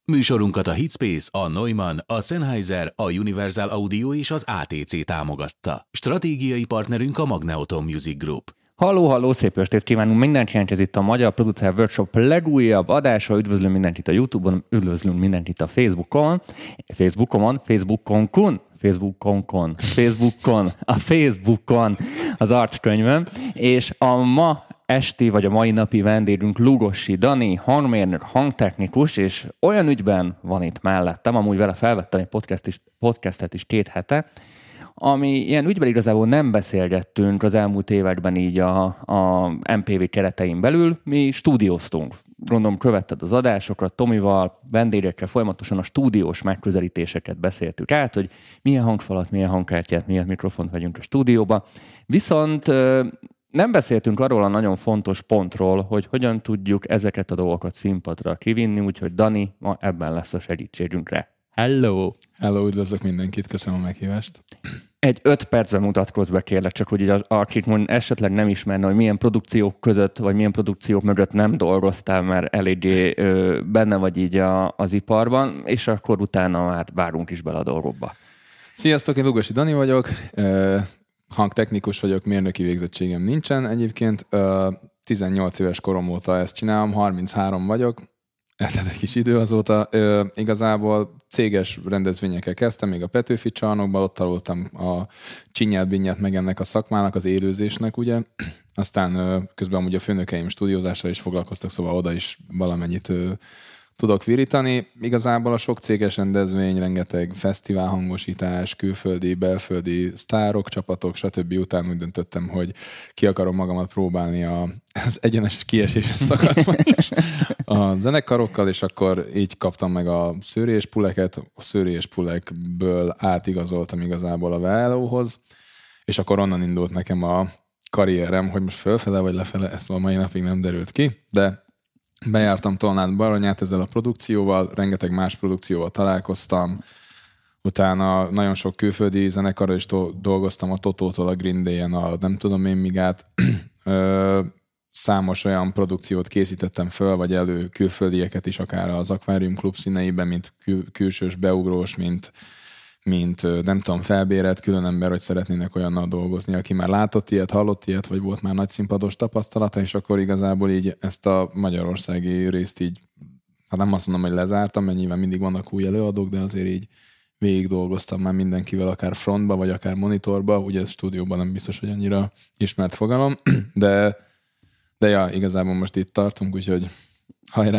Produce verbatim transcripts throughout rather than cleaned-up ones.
Műsorunkat a Hitspace, a Neumann, a Sennheiser, a Universal Audio és az á té cé támogatta. Stratégiai partnerünk a Magneoton Music Group. Halló, halló, szép estét kívánunk mindenkinek, ez itt a Magyar Producer Workshop legújabb adása. Üdvözlünk mindenkit a YouTube-on, üdvözlünk mindenkit a Facebookon, Facebookon, Facebookon, kun, Facebookon, kun, Facebookon, a Facebookon, az arckönyvön, és a ma esti, vagy a mai napi vendégünk Lugosi Dani, hangmérnök, hangtechnikus, és olyan ügyben van itt mellettem, amúgy vele felvettem egy podcast is, podcastet is két hete, ami ilyen ügyben igazából nem beszélgettünk az elmúlt években így a, a em pé vé keretein belül, mi stúdióztunk. Gondolom követted az adásokat, Tomival, vendégekkel folyamatosan a stúdiós megközelítéseket beszéltük át, hogy milyen hangfalat, milyen hangkártyát, milyen mikrofont vegyünk a stúdióba. Viszont nem beszéltünk arról a nagyon fontos pontról, hogy hogyan tudjuk ezeket a dolgokat színpadra kivinni, úgyhogy Dani ma ebben lesz a segítségünkre. Hello! Hello, üdvözlök mindenkit, köszönöm a meghívást. Egy öt percben mutatkozz be, kérlek, csak hogy így akik mondjuk esetleg nem ismerne, hogy milyen produkciók között, vagy milyen produkciók mögött nem dolgoztál, mert eléggé ö, benne vagy így a, az iparban, és akkor utána már várunk is bele a dolgokba. Sziasztok, én Lugosi Dani vagyok, hangtechnikus vagyok, mérnöki végzettségem nincsen egyébként. tizennyolc éves korom óta ezt csinálom, harminchárom vagyok, eltelt egy kis idő azóta. Ö, igazából céges rendezvényekkel kezdtem, még a Petőfi csarnokban, ott tanultam a csinyát, binnyát meg ennek a szakmának, az élőzésnek, ugye. Aztán ö, közben amúgy a főnökeim stúdiózással is foglalkoztak, szóval oda is valamennyit ö, tudok virítani. Igazából a sok céges rendezvény, rengeteg fesztivál hangosítás, külföldi, belföldi sztárok, csapatok, stb. Után úgy döntöttem, hogy ki akarom magamat próbálni a, az egyenes kieséses szakaszban is a zenekarokkal, és akkor így kaptam meg a szőrés-puleket, a szőrés-pulekből átigazoltam igazából a vé el ó-hoz, és akkor onnan indult nekem a karrierem, hogy most fölfele vagy lefele, ezt a mai napig nem derült ki, de bejártam Tolnán Baranyát ezzel a produkcióval, rengeteg más produkcióval találkoztam, utána nagyon sok külföldi zenekarral is to- dolgoztam, a Totótól a Green Day-en, a nem tudom én még át. Számos olyan produkciót készítettem föl, vagy elő külföldieket is, akár az Aquarium Club színeiben, mint kül- külsős beugrós, mint, mint nem tudom, felbérelt külön ember, hogy szeretnének olyannal dolgozni, aki már látott ilyet, hallott ilyet, vagy volt már nagy színpados tapasztalata, és akkor igazából így ezt a magyarországi részt így, hát nem azt mondom, hogy lezártam, mert nyilván mindig vannak új előadók, de azért így végig dolgoztam már mindenkivel, akár frontba, vagy akár monitorba, ugye ez stúdióban nem biztos, hogy annyira ismert fogalom, de, de ja, igazából most itt tartunk, úgyhogy hajrá!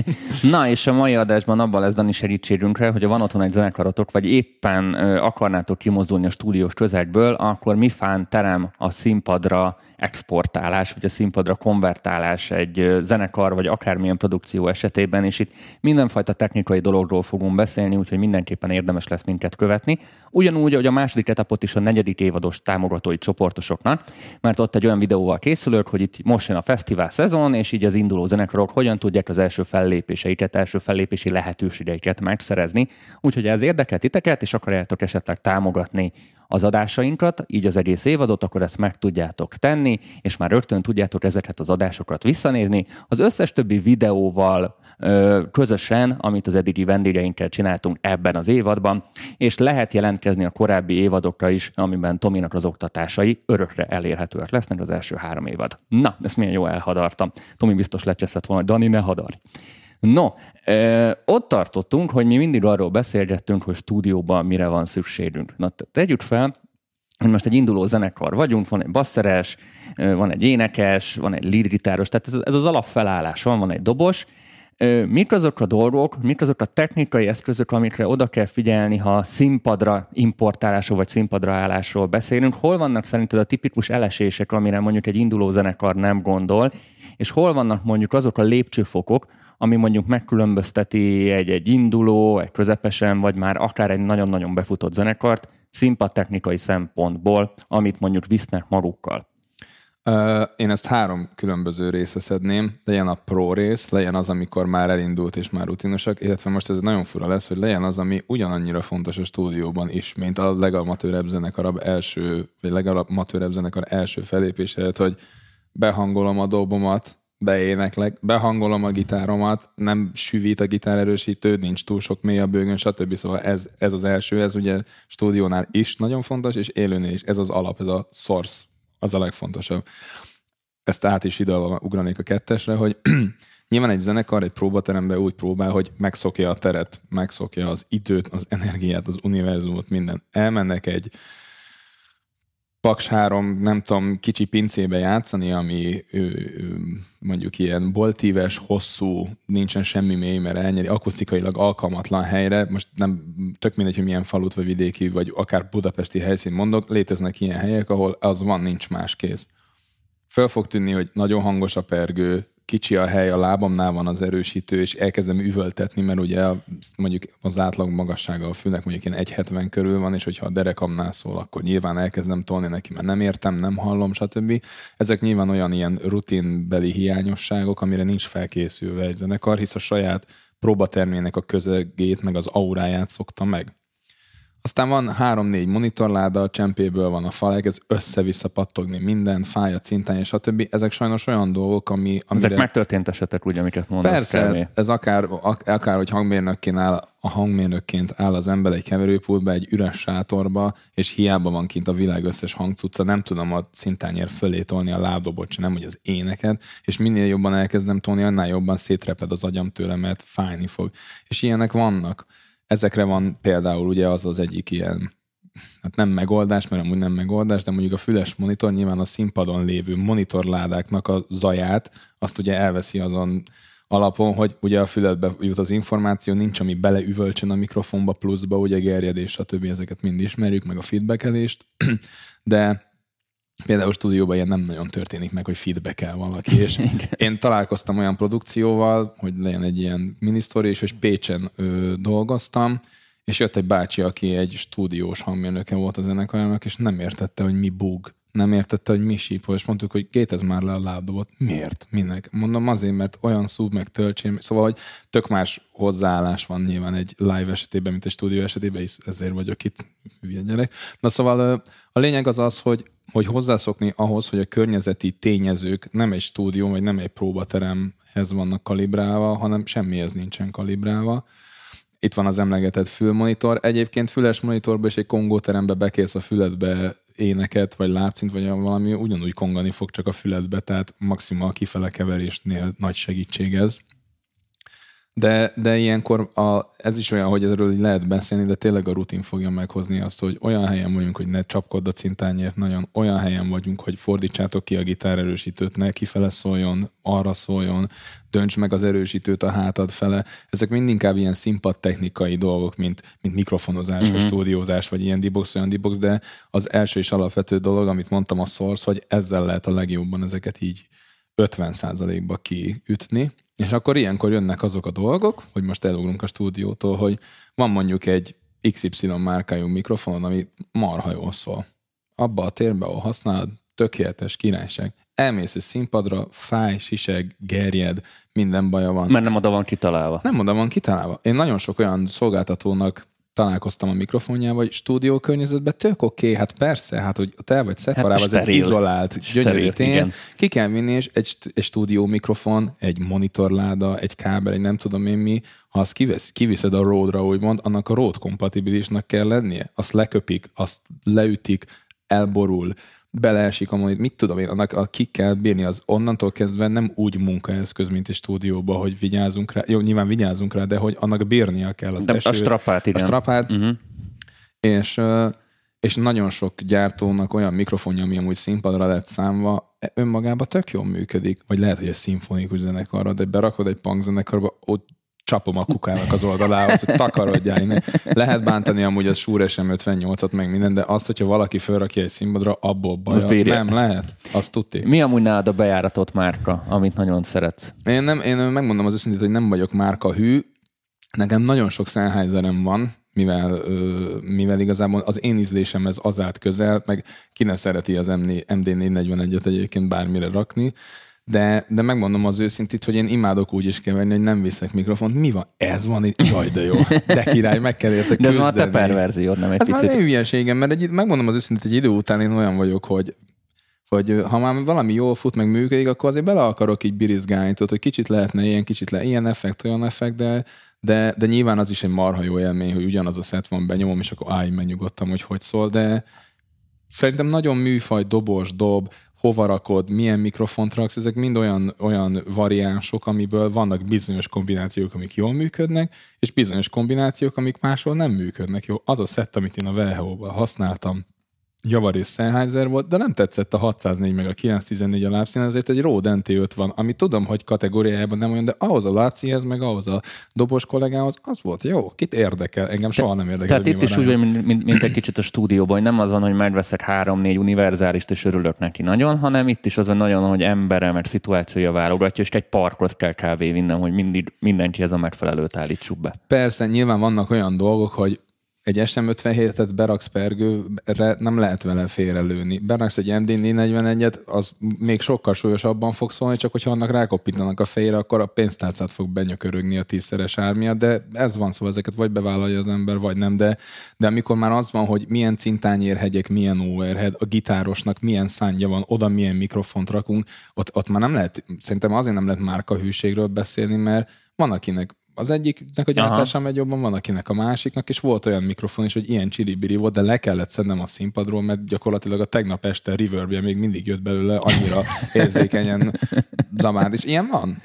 Na, és a mai adásban abban lesz Dani segítségünkre, hogy ha van otthon egy zenekarotok, vagy éppen ö, akarnátok kimozdulni a stúdiós közegből, akkor mifán terem a színpadra exportálás, vagy a színpadra konvertálás egy ö, zenekar, vagy akármilyen produkció esetében, és itt mindenfajta technikai dologról fogunk beszélni, úgyhogy mindenképpen érdemes lesz minket követni. Ugyanúgy, hogy a második etapot is a negyedik évados támogatói csoportosoknak, mert ott egy olyan videóval készülök, hogy itt most jön a fesztivál szezon, és így az induló zenekarok hogyan tudják az első fellépéseiket, első fellépési lehetőségeiket megszerezni. Úgyhogy ez érdekel titeket, és akarjátok esetleg támogatni az adásainkat, így az egész évadot, akkor ezt meg tudjátok tenni, és már rögtön tudjátok ezeket az adásokat visszanézni. Az összes többi videóval ö, közösen, amit az eddigi vendégeinkkel csináltunk ebben az évadban, és lehet jelentkezni a korábbi évadokra is, amiben Tominak az oktatásai örökre elérhetőek lesznek az első három évad. Na, ezt milyen jó elhadartam. Tomi biztos lecseszett volna, Dani, ne hadarj! No, ö, ott tartottunk, hogy mi mindig arról beszélgettünk, hogy stúdióban mire van szükségünk. Na, tegyük fel, hogy most egy induló zenekar vagyunk, van egy basszeres, van egy énekes, van egy leadgitáros, tehát ez, ez az alapfelállás van, van egy dobos. Ö, mik azok a dolgok, mik azok a technikai eszközök, amikre oda kell figyelni, ha színpadra importálásról vagy színpadra állásról beszélünk? Hol vannak szerinted a tipikus elesések, amire mondjuk egy induló zenekar nem gondol, és hol vannak mondjuk azok a lépcsőfokok, ami mondjuk megkülönbözteti egy, egy induló, egy közepesen, vagy már akár egy nagyon-nagyon befutott zenekart színpadtechnikai szempontból, amit mondjuk visznek magukkal? Uh, én ezt három különböző részre szedném. Legyen a pro rész, legyen az, amikor már elindult és már rutinosak, illetve most ez nagyon fura lesz, hogy legyen az, ami ugyanannyira fontos a stúdióban is, mint a legalamatőrebb zenekar első, vagy legalamatőrebb zenekar első fellépése, hogy behangolom a dobomat, beéneklek, behangolom a gitáromat, nem süvít a gitárerősítő, nincs túl sok mély a bőgön, stb. Szóval ez, ez az első, ez ugye stúdiónál is nagyon fontos, és élőnél is, ez az alap, ez a source, az a legfontosabb. Ezt át is ide ugranék a kettesre, hogy nyilván egy zenekar egy próbateremben úgy próbál, hogy megszokja a teret, megszokja az időt, az energiát, az univerzumot, minden. Elmennek egy Paks három, nem tudom, kicsi pincébe játszani, ami ő, ő, mondjuk ilyen boltíves, hosszú, nincsen semmi mély, mert elnyeri, akusztikailag alkalmatlan helyre, most nem tök mindegy, hogy milyen falut, vagy vidéki, vagy akár budapesti helyszín mondok, léteznek ilyen helyek, ahol az van, nincs más, kész. Föl fog tűnni, hogy nagyon hangos a pergő, kicsi a hely, a lábamnál van az erősítő, és elkezdem üvöltetni, mert ugye mondjuk az átlag magassága a fülnek mondjuk ilyen egy hetven körül van, és hogyha a derekamnál szól, akkor nyilván elkezdem tolni neki, mert nem értem, nem hallom, stb. Ezek nyilván olyan ilyen rutinbeli hiányosságok, amire nincs felkészülve egy zenekar, hisz a saját próbatermének a közegét, meg az auráját szokta meg. Aztán van három-négy monitorláda, a csempéből van a fal, elkezd össze-vissza pattogni minden, fáj a cintány, stb. Ezek sajnos olyan dolgok, ami... Amire... Ezek megtörtént esetek, úgy, amiket mondasz. Persze, kevés. Ez akár, akár, hogy hangmérnökként áll, a hangmérnökként áll az ember egy keverőpultba, egy üres sátorba, és hiába van kint a világ összes hangcucca, nem tudom a cintányér fölé tolni a lábdobot, sem nem, hogy az éneket, és minél jobban elkezdem tolni, annál jobban szétreped az agyam tőle, mert fájni fog. És ilyenek vannak. Ezekre van például ugye az az egyik ilyen, hát nem megoldás, mert amúgy nem megoldás, de mondjuk a füles monitor nyilván a színpadon lévő monitorládáknak a zaját, azt ugye elveszi azon alapon, hogy ugye a füledbe jut az információ, nincs, ami beleüvölcsön a mikrofonba pluszba, ugye gerjedés, stb. Ezeket mind ismerjük, meg a feedbackelést, de például stúdióban ilyen nem nagyon történik meg, hogy feedback-el valaki, és én találkoztam olyan produkcióval, hogy legyen egy ilyen minisztori, és Pécsen ö, dolgoztam, és jött egy bácsi, aki egy stúdiós hangmérnöke volt a zenekarnak, és nem értette, hogy mi bug, nem értette, hogy mi sípol, és mondtuk, hogy gétezz már le a lábdobot. Miért? Minek? Mondom azért, mert olyan szúb, meg töltsén, szóval, hogy tök más hozzáállás van nyilván egy live esetében, mint egy stúdió esetében, és ezért vagyok itt, hülye gyerek. Na szóval a lényeg az az, hogy hogy hozzászokni ahhoz, hogy a környezeti tényezők nem egy stúdió, vagy nem egy próbateremhez vannak kalibrálva, hanem semmihez nincsen kalibrálva. Itt van az emlegetett fülmonitor. Egyébként füles monitorba és egy kongóterembe bekész a füledbe éneket, vagy lábcint, vagy valami, ugyanúgy kongani fog csak a füledbe, tehát maximum a kifele keverésnél nagy segítség ez. De, de ilyenkor a, ez is olyan, hogy erről így lehet beszélni, de tényleg a rutin fogja meghozni azt, hogy olyan helyen vagyunk, hogy ne csapkodd a cintányért nagyon, olyan helyen vagyunk, hogy fordítsátok ki a gitárerősítőt, ne kifele szóljon, arra szóljon, dönts meg az erősítőt a hátad fele. Ezek mind inkább ilyen színpadtechnikai dolgok, mint, mint mikrofonozás, mm-hmm. vagy stúdiózás, vagy ilyen dibox, olyan dibox, de az első és alapvető dolog, amit mondtam, a source, hogy ezzel lehet a legjobban ezeket így ötven százalékba kiütni, és akkor ilyenkor jönnek azok a dolgok, hogy most elugrunk a stúdiótól, hogy van mondjuk egy iksz ipszilon márkájú mikrofon, ami marha jól szól. Abba a térben, ahol használod, tökéletes királyság. Elmész egy színpadra, fáj, siseg, gerjed, minden baja van. Mert nem oda van kitalálva. Nem oda van kitalálva. Én nagyon sok olyan szolgáltatónak találkoztam a mikrofonjával, vagy stúdió környezetben, tök oké, okay, hát persze, hát hogy te vagy szeparálva, hát, ez egy izolált, gyönyörű tény. Ki kell vinni, és egy, egy stúdió mikrofon, egy monitorláda, egy kábel, egy nem tudom én mi, ha azt kivesz, kiviszed a Rode-ra, úgymond, annak a Rode kompatibilisnak kell lennie. Azt leköpik, azt leütik, elborul, beleesik a monitor, mit tudom én, annak ki kell bírni, az onnantól kezdve nem úgy munkaeszköz, mint egy stúdióban, hogy vigyázunk rá, jó, nyilván vigyázunk rá, de hogy annak bírnia kell az de esőt. A strapát, igen. A strapát, uh-huh. és, és nagyon sok gyártónak olyan mikrofonja, ami amúgy színpadra lett számva, önmagában tök jól működik, vagy lehet, hogy egy szimfonikus zenekarra, de berakod egy punk zenekarba, ott csapom a kukának az oldalához, hogy takarodjál. Lehet bántani amúgy az Shure es em ötvennyolcat, meg minden, de azt, hogyha valaki fölrakja egy színpadra, abból baj. Nem lehet. Azt tudti. Mi amúgy nálad a bejáratott márka, amit nagyon szeretsz? Én, nem, én megmondom az őszintét, hogy nem vagyok márka hű. Nekem nagyon sok Sennheiserem van, mivel, mivel igazából az én ízlésemhez az állt közel, meg ki ne szereti az em dé négyszáznegyvenegyet egyébként bármire rakni. De, de megmondom az őszintét, hogy én imádok úgy is keverni, hogy nem viszek mikrofont. Mi van? Ez van itt? Jaj, de jó. De király, meg kell érte küzdeni. De ez már te perverziód, nem egy ez picit. Ez már hülyeségem, mert egy, megmondom az őszintét, egy idő után én olyan vagyok, hogy hogy ha már valami jól fut, meg működik, akkor azért bele akarok így birizgálni, tudod, hogy kicsit lehetne ilyen, kicsit le, ilyen effekt, olyan effekt, de, de, de nyilván az is egy marha jó élmény, hogy ugyanaz a szett van, benyomom, és akkor állj, megnyugodtam, hogy hogy szól, de szerintem nagyon műfaj, dobos, dob, hova rakod, milyen mikrofont raksz, ezek mind olyan, olyan variánsok, amiből vannak bizonyos kombinációk, amik jól működnek, és bizonyos kombinációk, amik máshol nem működnek jó. Az a szett, amit én a Velheo-ban használtam, javarész Sennheiser volt, de nem tetszett a hatszáznégy meg a kilencszáztizennégy a lábszín, ezért egy Rode en té öt van, ami tudom, hogy kategóriájában nem olyan, de ahhoz a lábszínhez, meg ahhoz a dobos kollégához, az volt jó. Kit érdekel? Engem soha nem érdekel. Tehát itt is úgy, mint, mint, mint egy kicsit a stúdióban, hogy nem az van, hogy megveszek három-négy univerzálist, és örülök neki nagyon, hanem itt is az van nagyon, hogy embere, meg szituációja válogatja, és egy parkot kell kávé vinnem, hogy mindig, mindenkihez a megfelelőt állítsuk be. Persze, nyilván vannak olyan dolgok, hogy egy es em ötvenhétet beraksz pergőre, nem lehet vele félrelőni. Beraksz egy em dé négyszáznegyvenegyet, az még sokkal súlyosabban fog szólni, csak hogyha annak rákoppintanak a fejére, akkor a pénztárcát fog benyökörögni a tízszeres ár miatt, de ez van, szóval ezeket vagy bevállalja az ember, vagy nem, de, de amikor már az van, hogy milyen cintányérhegyek, milyen overhead, a gitárosnak milyen szánja van, oda milyen mikrofont rakunk, ott, ott már nem lehet, szerintem azért nem lehet márkahűségről beszélni, mert van akinek az egyiknek a gyártása megy jobban, van akinek a másiknak, és volt olyan mikrofon is, hogy ilyen csili-biri volt, de le kellett szednem a színpadról, mert gyakorlatilag a tegnap este reverbje még mindig jött belőle, annyira érzékenyen zamád. És ilyen van?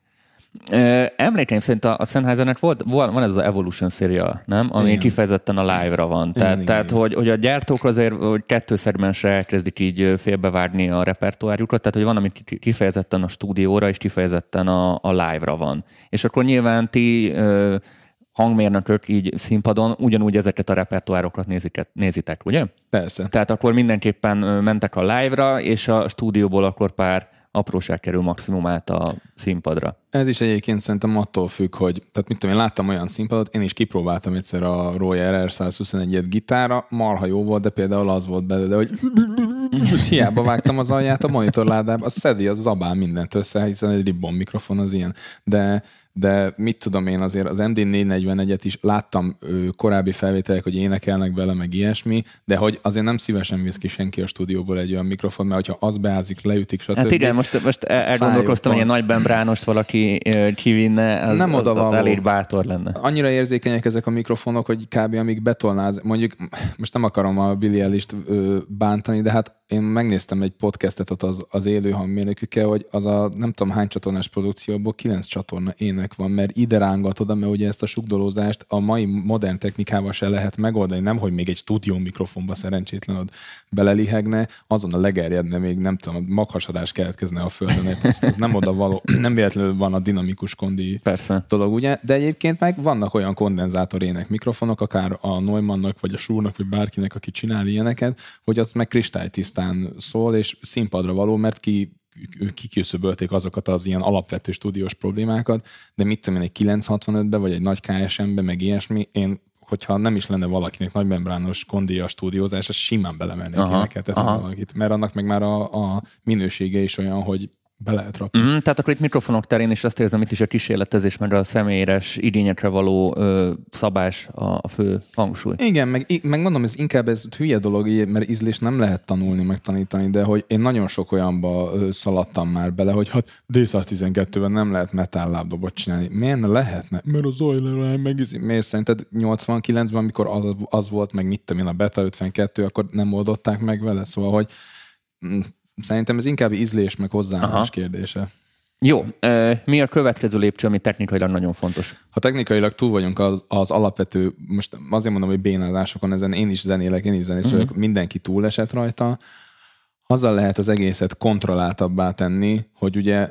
Emlékeim szerint a Sennheisernek volt, van ez az Evolution széria, nem? Ami igen. kifejezetten a live-ra van. Igen, tehát, igen, tehát igen. Hogy, hogy a gyártók azért hogy kettő szegmensre elkezdik így félbevágni a repertoárjukat, tehát hogy van, ami kifejezetten a stúdióra és kifejezetten a, a live-ra van. És akkor nyilván ti hangmérnökök így színpadon ugyanúgy ezeket a repertoárokat néziket, nézitek, ugye? Persze. Tehát akkor mindenképpen mentek a live-ra, és a stúdióból akkor pár apróság kerül maximum át a színpadra. Ez is egyébként szerintem attól függ, hogy, tehát mit tudom, én láttam olyan színpadot, én is kipróbáltam egyszer a Roy er er százhuszonegyet gitára, marha jó volt, de például az volt belőle, hogy most hiába vágtam az alját a monitorládába, az szedi, az zabál mindent össze, hiszen egy ribbon mikrofon az ilyen, de de mit tudom én, azért az em dé négyszáznegyvenegyet is láttam ö, korábbi felvételek, hogy énekelnek bele, meg ilyesmi, de hogy azért nem szívesen visz ki senki a stúdióból egy olyan mikrofon, mert hogyha az beázik, leütik, stb. Hát igen, most, most elgondolkoztam, hogy egy nagy membránost valaki kivinne, az, nem az, az elég bátor lenne. Annyira érzékenyek ezek a mikrofonok, hogy kb. Amíg betolnáz, mondjuk most nem akarom a Billy Eilish-t bántani, de hát én megnéztem egy podcastet ott az, az élő hangmérnökükkel, hogy az a nem tudom hány csatornás produkcióból kilenc csatorna ének van, mert ide rángatod, mert ugye ezt a sugdolózást a mai modern technikával se lehet megoldani, nem, hogy még egy stúdió mikrofonba szerencsétlenod belelihegne, azon a legerjedne még, nem tudom, maghasadás keletkezne a földön, ez, ez nem oda való, nem véletlenül van a dinamikus kondi Persze. dolog, ugye? De egyébként meg vannak olyan kondenzátor ének mikrofonok, akár a Neumannnak, vagy a Shure-nak, vagy bárkinek, aki csinál ilyeneket, hogy az meg kristálytisztán szól, és színpadra való, mert ki kiküszöbölték azokat az ilyen alapvető stúdiós problémákat, de mit tudom én, egy kilencszázhatvanötbe, vagy egy nagy ká es em-be, meg ilyesmi, én, hogyha nem is lenne valakinek nagy membrános kondíja stúdiózás, az simán belemennék éneket, valakit, mert annak meg már a, a minősége is olyan, hogy be lehet rakni. Mm, tehát akkor itt mikrofonok terén is azt érzem, itt is a kísérletezés, meg a személyes igényekre való ö, szabás a, a fő hangsúly. Igen, meg, meg mondom, ez inkább ez hülye dolog, mert ízlést nem lehet tanulni, meg tanítani, de hogy én nagyon sok olyanba ö, szaladtam már bele, hogy hát dé száztizenkettőben nem lehet metal lábdobot csinálni. Miért ne lehetne? Mert az Euler megizzi. Miért szerinted nyolcvankilencben, amikor az, az volt, meg mit tudom én, a Beta ötvenkettő, akkor nem oldották meg vele, szóval, hogy mm, szerintem ez inkább ízlés, meg hozzáállás kérdése. Jó. Mi a következő lépcső, ami technikailag nagyon fontos? Ha technikailag túl vagyunk az, az alapvető, most azért mondom, hogy bénázásokon, ezen én is zenélek, én is zenész vagyok, uh-huh. mindenki túlesett rajta, azzal lehet az egészet kontrolláltabbá tenni, hogy ugye,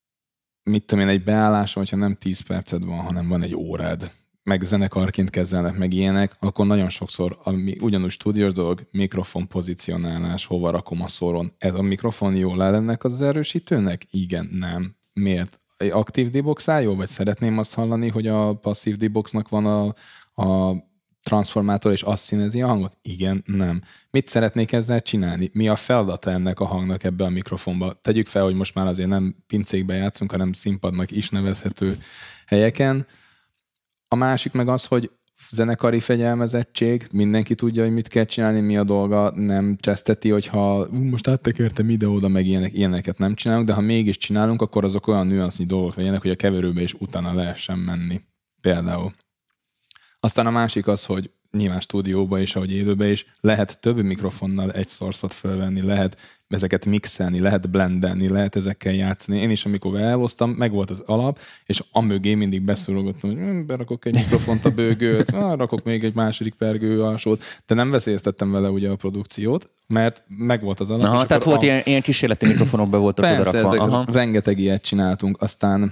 mit tudom én, egy beálláson, hogyha nem tíz perced van, hanem van egy órád, meg zenekarként kezelnek, meg ilyenek, akkor nagyon sokszor, ami ugyanúgy stúdiós dolog, mikrofon pozicionálás, hova rakom a szóron. Ez a mikrofon jól áll ennek az erősítőnek? Igen, nem. Miért? Egy aktív D-box áll jó, vagy szeretném azt hallani, hogy a passzív D-boxnak van a, a transformátor, és azt színezi a hangot? Igen, nem. Mit szeretnék ezzel csinálni? Mi a feladata ennek a hangnak ebbe a mikrofonba? Tegyük fel, hogy most már azért nem pincékbe játszunk, hanem színpadnak is nevezhető helyeken. A másik meg az, hogy zenekari fegyelmezettség, mindenki tudja, hogy mit kell csinálni, mi a dolga, nem cseszteti, hogyha most áttekertem ide-oda, meg ilyenek, ilyeneket nem csinálunk, de ha mégis csinálunk, akkor azok olyan nüansznyi dolgok legyenek, hogy a keverőbe is utána lehessen menni. Például. Aztán a másik az, hogy nyilván stúdióban is, ahogy élőben is, lehet több mikrofonnal egy source-ot felvenni, lehet ezeket mixelni, lehet blendelni, lehet ezekkel játszani. Én is, amikor elhoztam, meg volt az alap, és amögé mindig beszúrogottam, hogy hm, berakok egy mikrofont a bőgőt, rakok még egy második pergő alsót, de nem veszélyeztettem vele ugye a produkciót, mert meg volt az alap. Aha, tehát volt a... ilyen, ilyen kísérleti mikrofonok be voltak Persze, odarakva. Persze, rengeteg ilyet csináltunk, aztán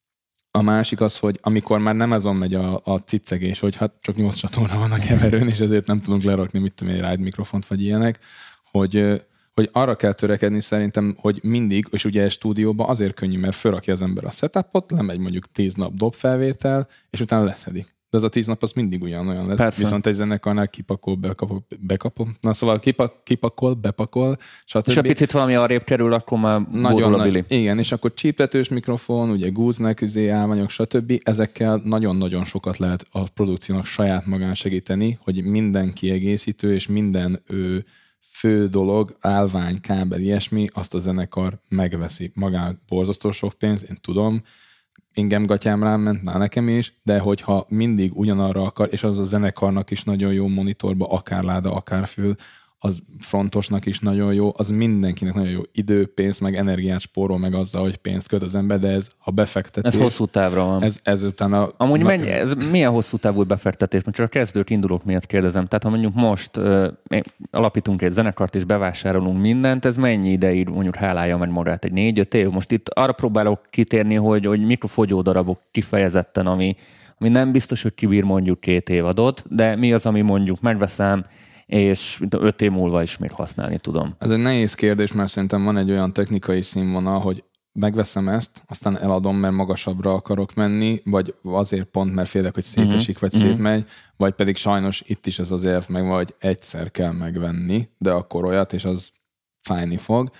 a másik az, hogy amikor már nem azon megy a, a ciccegés, hogy hát csak nyolc csatorna van a keverőn, és ezért nem tudunk lerakni, mit tudom, egy ride mikrofont, vagy ilyenek, hogy, hogy arra kell törekedni szerintem, hogy mindig, és ugye egy stúdióban azért könnyű, mert fölrakja az ember a setupot, lemegy mondjuk tíz nap dobfelvétel, és utána leszedik. De az a tíz nap az mindig ugyanolyan lesz. Persze. Viszont egy zenekarnál kipakol, bekapol, bekapol. Na szóval kipak, kipakol, bepakol, stb. És ha picit valami arrébb kerül, akkor már nagyon a bili. Igen, és akkor csíptetős mikrofon, ugye gúznek, üzé, állványok, stb. Ezekkel nagyon-nagyon sokat lehet a produkciónak saját magán segíteni, hogy minden kiegészítő és minden ő, fő dolog, állvány, kábel, ilyesmi, azt a zenekar megveszi. Magán borzasztó sok pénz, én tudom, engem gatyám rám ment, már nekem is, de hogyha mindig ugyanarra akar, és az a zenekarnak is nagyon jó monitorba, akár láda, akár fül, az frontosnak is nagyon jó, az mindenkinek nagyon jó idő, pénz, meg energiát spórol meg azzal, hogy pénzt köt az ember, de ez a befektetés. Ez hosszú távra van. Ez, ez utána... Amúgy mennyi, ez milyen hosszú távú befektetés? Most csak a kezdők, indulók miatt kérdezem. Tehát ha mondjuk most uh, alapítunk egy zenekart és bevásárolunk mindent, ez mennyi ideig mondjuk hálálja meg magát? Egy négy-öt év? Most itt arra próbálok kitérni, hogy, hogy mik a fogyó darabok kifejezetten, ami, ami nem biztos, hogy kibír mondjuk két évadot, de mi az, ami mondjuk megveszem, és öt év múlva is még használni tudom. Ez egy nehéz kérdés, mert szerintem van egy olyan technikai színvonal, hogy megveszem ezt, aztán eladom, mert magasabbra akarok menni, vagy azért pont, mert félek, hogy szétesik, vagy mm-hmm. szétmegy, vagy pedig sajnos itt is ez az érv meg, hogy egyszer kell megvenni, de akkor olyat, és az fájni fog.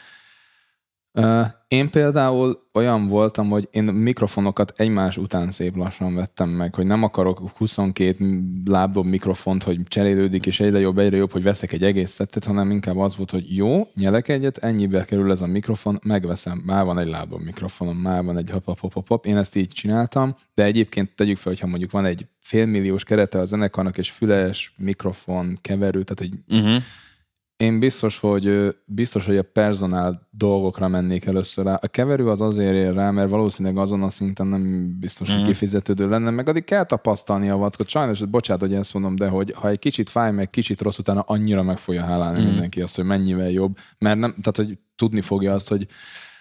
Én például olyan voltam, hogy én mikrofonokat egymás után szép lassan vettem meg, hogy nem akarok huszonkét lábdob mikrofont, hogy cserélődik, és egyre jobb, egyre jobb, hogy veszek egy egész szettet, hanem inkább az volt, hogy jó, nyelek egyet, ennyibe kerül ez a mikrofon, megveszem, már van egy lábdob mikrofonom, már van egy hop-hop-hop-hop, én ezt így csináltam, de egyébként tegyük fel, hogyha mondjuk van egy félmilliós kerete a zenekarnak, és füles, mikrofon, keverő, tehát egy... Uh-huh. Én biztos, hogy biztos, hogy a personál dolgokra mennék először rá. A keverő az azért ér rá, mert valószínűleg azon a szinten nem biztos, hogy kifizetődő lenne, meg addig kell tapasztalni a vackot. Sajnos, bocsánat, hogy ezt mondom, de hogy ha egy kicsit fáj, meg kicsit rossz, utána annyira meg fogja hálálni mm. mindenki azt, hogy mennyivel jobb. Mert nem, tehát, hogy tudni fogja azt, hogy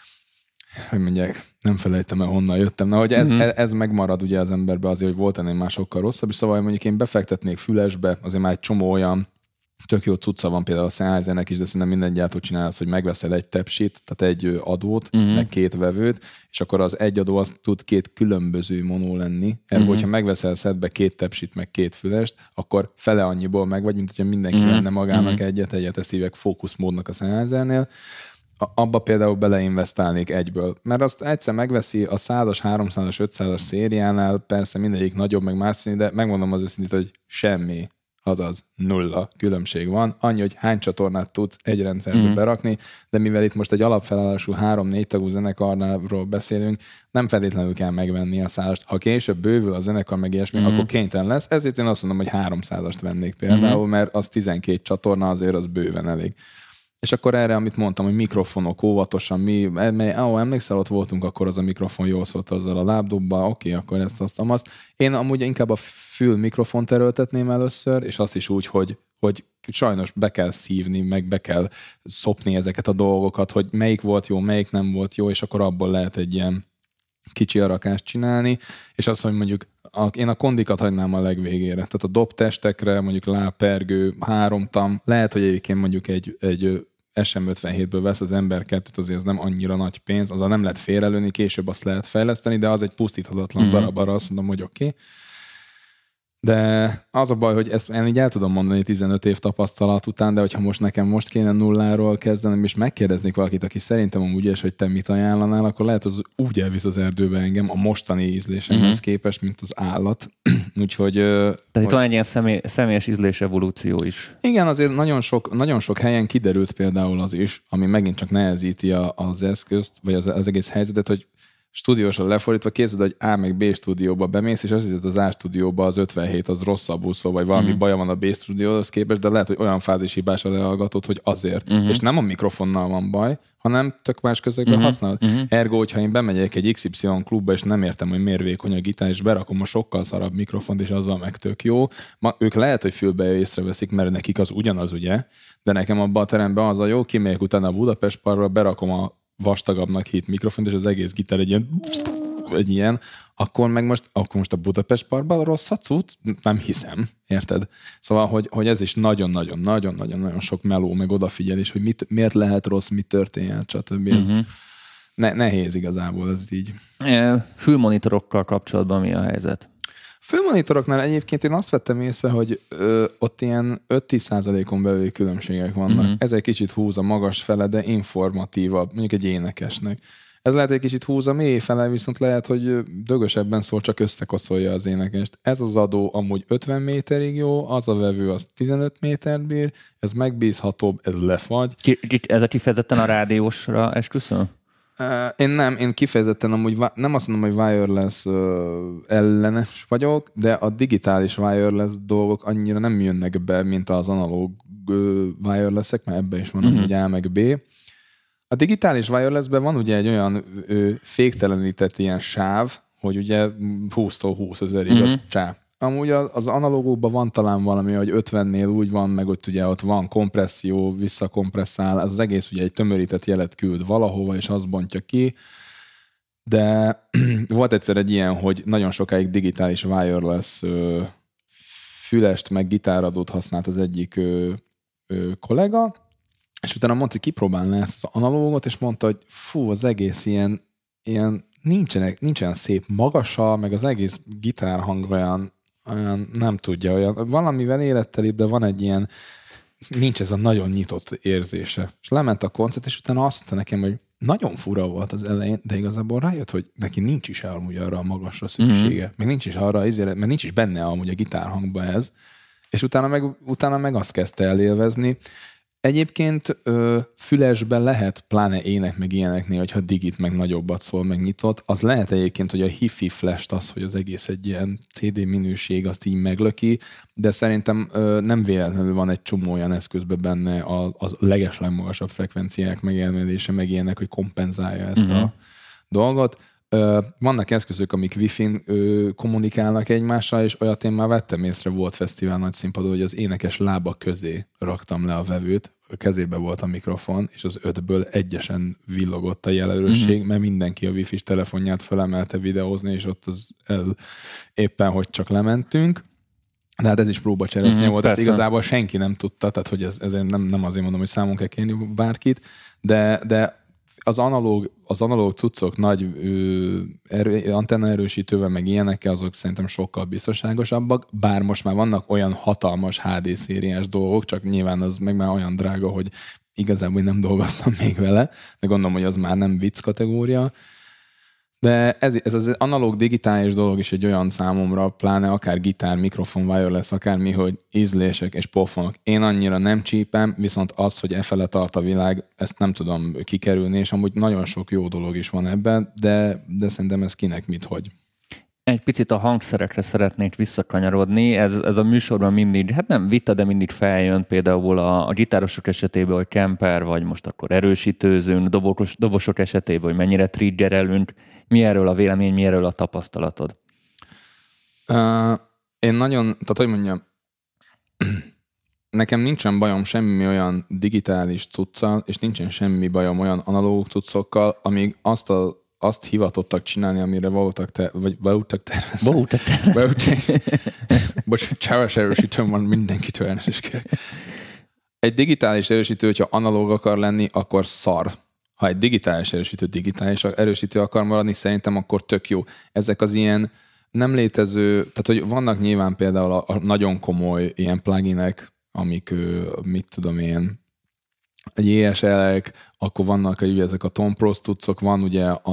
hogy mondják, nem felejtem el, honnan jöttem. Na, hogy ez, mm-hmm. ez megmarad ugye az emberbe azért, hogy volt ennél már sokkal rosszabb, és szóval mondjuk én befektetnék fülesbe, azért már egy csomó olyan tök jó cucca van például a Sennheisernek is, de szerintem minden gyártó csinál azt, hogy megveszel egy tapsit, tehát egy adót, uh-huh. meg két vevőt, és akkor az egy adó az tud két különböző monó lenni. Ergo, uh-huh. hogyha megveszel szedbe két tapsit, meg két fülest, akkor fele annyiból meg vagy, mint hogyha mindenki uh-huh. lenne magának uh-huh. egyet, egyet, ezt hívják fókuszmódnak a Sennheisernél. Abba például beleinvestálnék egyből. Mert azt egyszer megveszi a százas, háromszázas, ötszázas szériánál, persze mindegyik nagyobb, meg más színi, de megmondom az őszintét, hogy semmi. Azaz nulla különbség van. Annyi, hogy hány csatornát tudsz egy rendszerbe mm-hmm. berakni, de mivel itt most egy alapfelállású három-négy tagú zenekarnál beszélünk, nem feltétlenül kell megvenni a százast. Ha később bővül a zenekar meg ilyesmi, mm-hmm. akkor kénytelen lesz. Ezért én azt mondom, hogy háromszázast vennék például, mm-hmm. mert az tizenkét csatorna, azért az bőven elég. És akkor erre, amit mondtam, hogy mikrofonok óvatosan, mi, ahol emlékszel, ott voltunk, akkor az a mikrofon jól szólt azzal a lábdobba, oké, okay, akkor ezt, azt, azt. Én amúgy inkább a fül mikrofont erőltetném először, és azt is úgy, hogy, hogy sajnos be kell szívni, meg be kell szopni ezeket a dolgokat, hogy melyik volt jó, melyik nem volt jó, és akkor abból lehet egy ilyen kicsi arakást csinálni, és azt, hogy mondjuk a, én a kondikat hagynám a legvégére. Tehát a dobtestekre, mondjuk lábpergő, háromtam, lehet, hogy egyébként mondjuk egy, egy es em ötvenhétből vesz az ember kettőt, azért az nem annyira nagy pénz, azzal nem lehet félrelőni, később azt lehet fejleszteni, de az egy pusztíthatatlan mm-hmm. darab, arra azt mondom, hogy oké. Okay. De az a baj, hogy ezt én így el tudom mondani tizenöt év tapasztalat után, de hogyha most nekem most kéne nulláról kezdenem, és megkérdeznék valakit, aki szerintem amúgy is, hogy te mit ajánlanál, akkor lehet, az úgy elvisz az erdőbe engem a mostani ízlésemhez uh-huh. képest, mint az állat. Úgyhogy... Tehát hogy... itt van egy ilyen személy, személyes ízlés evolúció is. Igen, azért nagyon sok, nagyon sok helyen kiderült például az is, ami megint csak nehezíti az eszközt, vagy az, az egész helyzetet, hogy stúdiósan lefordítva képzeld, hogy A meg B stúdióba bemész, és azt hiszed, az A stúdióba az ötvenhét az rosszabbul szól, vagy valami uh-huh. baja van a B stúdióhoz képest, de lehet, hogy olyan fázishibásra lehallgatod, hogy azért. Uh-huh. És nem a mikrofonnal van baj, hanem tök más közegben uh-huh. használod. Uh-huh. Ergo, hogyha én bemegyek egy iksz ipszilon klubba, és nem értem, hogy miért vékony a gitár, és berakom a sokkal szarabb mikrofont, és azzal meg tök jó. Ma, ők lehet, hogy fülbe észreveszik, mert nekik az ugyanaz, ugye? De nekem abban a teremben az a jó, kimegyek utána a Budapest Parkra, berakom a vastagabbnak hit mikrofont, és az egész gitár egy ilyen, egy ilyen, akkor meg most, akkor most a Budapest Parkban rossz a cucc? Nem hiszem, érted? Szóval, hogy, hogy ez is nagyon-nagyon-nagyon-nagyon-nagyon sok meló, meg odafigyelés, hogy mit, miért lehet rossz, mi történjen, stb. Uh-huh. Ne, nehéz igazából ez így. Fülmonitorokkal kapcsolatban mi a helyzet? Fülmonitoroknál egyébként én azt vettem észre, hogy ö, ott ilyen öt-tíz százalékon belüli különbségek vannak. Uh-huh. Ez egy kicsit húz a magas fele, de informatívabb, mondjuk egy énekesnek. Ez lehet egy kicsit húz a mély fele, viszont lehet, hogy dögösebben szól, csak összekoszolja az énekest. Ez az adó amúgy ötven méterig jó, az a vevő az tizenöt métert bír, ez megbízhatóbb, ez lefagy. Ki, ez a kifejezetten a rádiósra esküszöl? Én nem, én kifejezetten amúgy nem azt mondom, hogy wireless ellenes vagyok, de a digitális wireless dolgok annyira nem jönnek be, mint az analóg wirelessek, mert ebben is van uh-huh. ugye A meg B. A digitális wirelessben van ugye egy olyan ő, féktelenített ilyen sáv, hogy ugye húsztól húszezerig uh-huh. az csá. Amúgy az analógokban van talán valami, hogy ötvennél úgy van, meg ott ugye ott van kompresszió, visszakompresszál, az egész ugye egy tömörített jelet küld valahova, és azt bontja ki. De volt egyszer egy ilyen, hogy nagyon sokáig digitális wireless ö, fülest, meg gitáradót használt az egyik ö, ö, kollega, és utána mondta, hogy kipróbálná ezt az analógot, és mondta, hogy fú, az egész ilyen, ilyen nincsenek, nincsen szép magasa, meg az egész gitárhang olyan, olyan nem tudja, olyan valamivel élettelibb, de van egy ilyen, nincs ez a nagyon nyitott érzése. És lement a koncert, és utána azt mondta nekem, hogy nagyon fura volt az elején, de igazából rájött, hogy neki nincs is amúgy arra a magasra szüksége. Mm-hmm. Meg nincs is arra, mert nincs is benne amúgy a gitárhangban ez. És utána meg, utána meg azt kezdte elélvezni. Egyébként ö, fülesben lehet, pláne ének meg ilyeneknél, hogyha digit meg nagyobbat szól, meg nyitott, az lehet egyébként, hogy a hi-fi flash-t az, hogy az egész egy ilyen cé dé minőség, azt így meglöki, de szerintem ö, nem véletlenül van egy csomó olyan eszközben benne a, a legeslegmagasabb frekvenciák megjelölése, meg ilyenek, hogy kompenzálja ezt mm-hmm. a dolgot. Ö, vannak eszközök, amik Wi-Fi-n ö, kommunikálnak egymással, és olyat én már vettem észre, volt fesztivál nagy színpadon, hogy az énekes lába közé raktam le a vevőt, a kezébe volt a mikrofon, és az ötből egyesen villogott a jelerősség, mm-hmm. mert mindenki a Wi-Fi-s telefonját felemelte videózni, és ott az el, éppen, hogy csak lementünk. De hát ez is próbacseresznye mm-hmm, volt, ezt igazából senki nem tudta, tehát hogy ez, ezért nem, nem azért mondom, hogy számon kell kérni bárkit, de, de az analóg, az analóg cuccok nagy ö, erő, antenna erősítővel, meg ilyenekkel, azok szerintem sokkal biztonságosabbak, bár most már vannak olyan hatalmas há dé szériás dolgok, csak nyilván az meg már olyan drága, hogy igazából nem dolgoztam még vele, de gondolom, hogy az már nem vicc kategória. De ez, ez az analóg digitális dolog is egy olyan számomra, pláne akár gitár, mikrofon, wireless, akármi, hogy ízlések és pofonok. Én annyira nem csípem, viszont az, hogy e fele tart a világ, ezt nem tudom kikerülni, és amúgy nagyon sok jó dolog is van ebben, de, de szerintem ez kinek mit hogy. Egy picit a hangszerekre szeretnék visszakanyarodni. Ez, ez a műsorban mindig, hát nem vita, de mindig feljön például a, a gitárosok esetében, hogy Kemper, vagy most akkor erősítőzünk, dobos, dobosok esetében, hogy mennyire triggerelünk. Mi erről a vélemény, mi erről a tapasztalatod? Uh, én nagyon, tehát hogy mondjam, nekem nincsen bajom semmi olyan digitális cuccal, és nincsen semmi bajom olyan analóg cuccokkal, amíg azt a azt hivatottak csinálni, amire voltak te, vagy voltak tervezve. Voltak tervezve. Bocs, csávás erősítőm van, mindenkitől elnézést kérek. Egy digitális erősítő, hogyha analóg akar lenni, akkor szar. Ha egy digitális erősítő digitális erősítő akar maradni, szerintem akkor tök jó. Ezek az ilyen nem létező, tehát hogy vannak nyilván például a, a nagyon komoly ilyen pluginek, amik, mit tudom én, jé es el-ek, akkor vannak ugye ezek a Tom Pros tucok, van ugye a,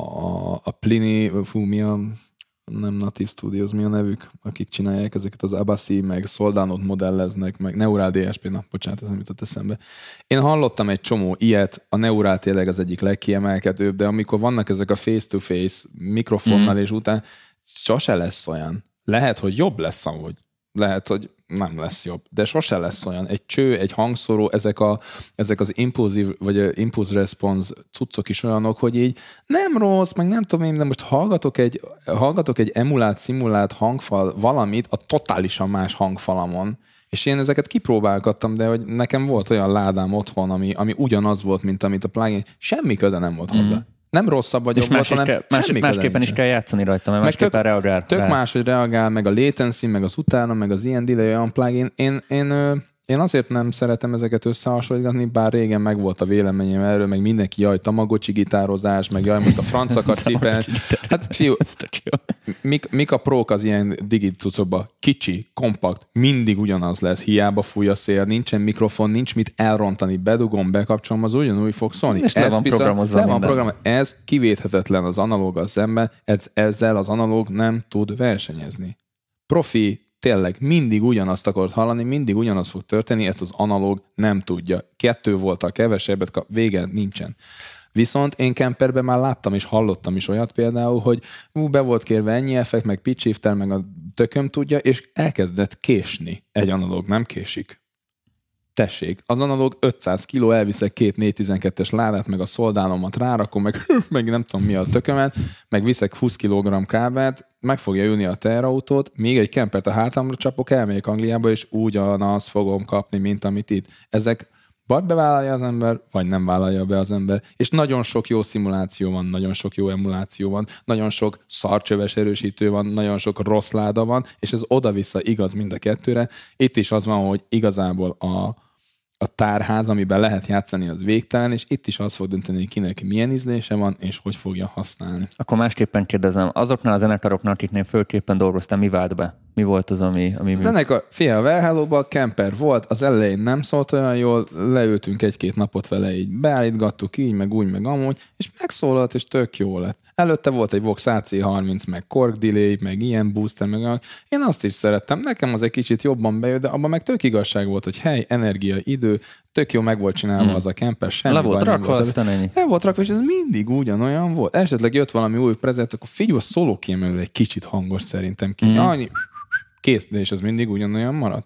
a, a Pliny, fú, mi a, nem Native Studios, mi a nevük, akik csinálják ezeket az Abasi, meg Soldanot modelleznek, meg Neural dé es pé, na, bocsánat, ez nem jutott eszembe. Én hallottam egy csomó ilyet, a Neural tényleg az egyik legkiemelkedőbb, de amikor vannak ezek a face-to-face mikrofonnal, mm. és után sose lesz olyan. Lehet, hogy jobb lesz amúgy. Lehet, hogy nem lesz jobb, de sose lesz olyan. Egy cső, egy hangszóró, ezek, a, ezek az impulzív, vagy impulse response cuccok is olyanok, hogy így nem rossz, meg nem tudom én, de most hallgatok egy, hallgatok egy emulált, szimulált hangfal valamit a totálisan más hangfalamon, és én ezeket kipróbálgattam, de hogy nekem volt olyan ládám otthon, ami, ami ugyanaz volt, mint amit a plugin, semmi köze nem volt hozzá. Mm. Nem rosszabb vagy jobb volt, hanem kell, más, másképpen is kell játszani rajta, mert meg másképpen tök, reagál. Tök máshogy reagál, meg a latency, meg az utána, meg az ilyen delay, olyan plugin. Én, én, én azért nem szeretem ezeket összehasonlítani, bár régen meg volt a véleményem erről, meg mindenki jaj, Tamagocsi gitározás, meg jaj, mint a francakat cipel. Hát fiú, mik, mik a prók az ilyen digit cuccokban? Kicsi, kompakt, mindig ugyanaz lesz, hiába fúj a szél, nincsen mikrofon, nincs mit elrontani, bedugom, bekapcsolom, az ugyanúgy fog szólni. És ez le van programozva le van program, ez kivéthetetlen az analóggal szemben, ez, ezzel az analóg nem tud versenyezni. Profi, tényleg mindig ugyanazt akart hallani, mindig ugyanaz fog történni, ezt az analóg nem tudja. Kettő volt a kevesebbet kap, vége nincsen. Viszont én Kemperben már láttam és hallottam is olyat például, hogy ú, be volt kérve ennyi effekt, meg pitch shifter, meg a tököm tudja, és elkezdett késni. Egy analóg nem késik. Tessék, az analóg ötszáz kiló, elviszek két négy tizenkettes ládát, meg a szoldálomat rárakom, meg, meg nem tudom mi a tökömet, meg viszek húsz kilogramm kábelt, meg fogja ülni a teherautót, még egy Kempert a hátamra csapok, elmegyek Angliába, és ugyanazt fogom kapni, mint amit itt. Ezek vagy bevállalja az ember, vagy nem vállalja be az ember. És nagyon sok jó szimuláció van, nagyon sok jó emuláció van, nagyon sok szarcsöves erősítő van, nagyon sok rossz láda van, és ez oda-vissza igaz mind a kettőre. Itt is az van, hogy igazából a, a tárház, amiben lehet játszani, az végtelen, és itt is az fog dönteni, hogy kinek milyen ízlése van, és hogy fogja használni. Akkor másképpen kérdezem, azoknál a zenekaroknál, akiknél fölképpen dolgoztam, mi vált be? Mi volt az, ami... ami a zenekar, fia, a Well Kemper volt, az elején nem szólt olyan jól, leültünk egy-két napot vele, így beállítgattuk így, meg úgy, meg amúgy, és megszólalt, és tök jó lett. Előtte volt egy Vox á cé harminc, meg Korg Delay, meg ilyen booster, meg a... Én azt is szerettem. Nekem az egy kicsit jobban bejött, de abban meg tök igazság volt, hogy hely, energia, idő, tök jó meg volt csinálva hmm. az a Kemper, semmi Le volt rakva, aztán ennyi. Le volt rakva, és ez mindig ugyanolyan volt. Esetleg jött valami új prezent, akkor figyelj, a szóló kiemelő egy kicsit hangos szerintem ki. Hmm. Annyi, kész, de és ez mindig ugyanolyan maradt.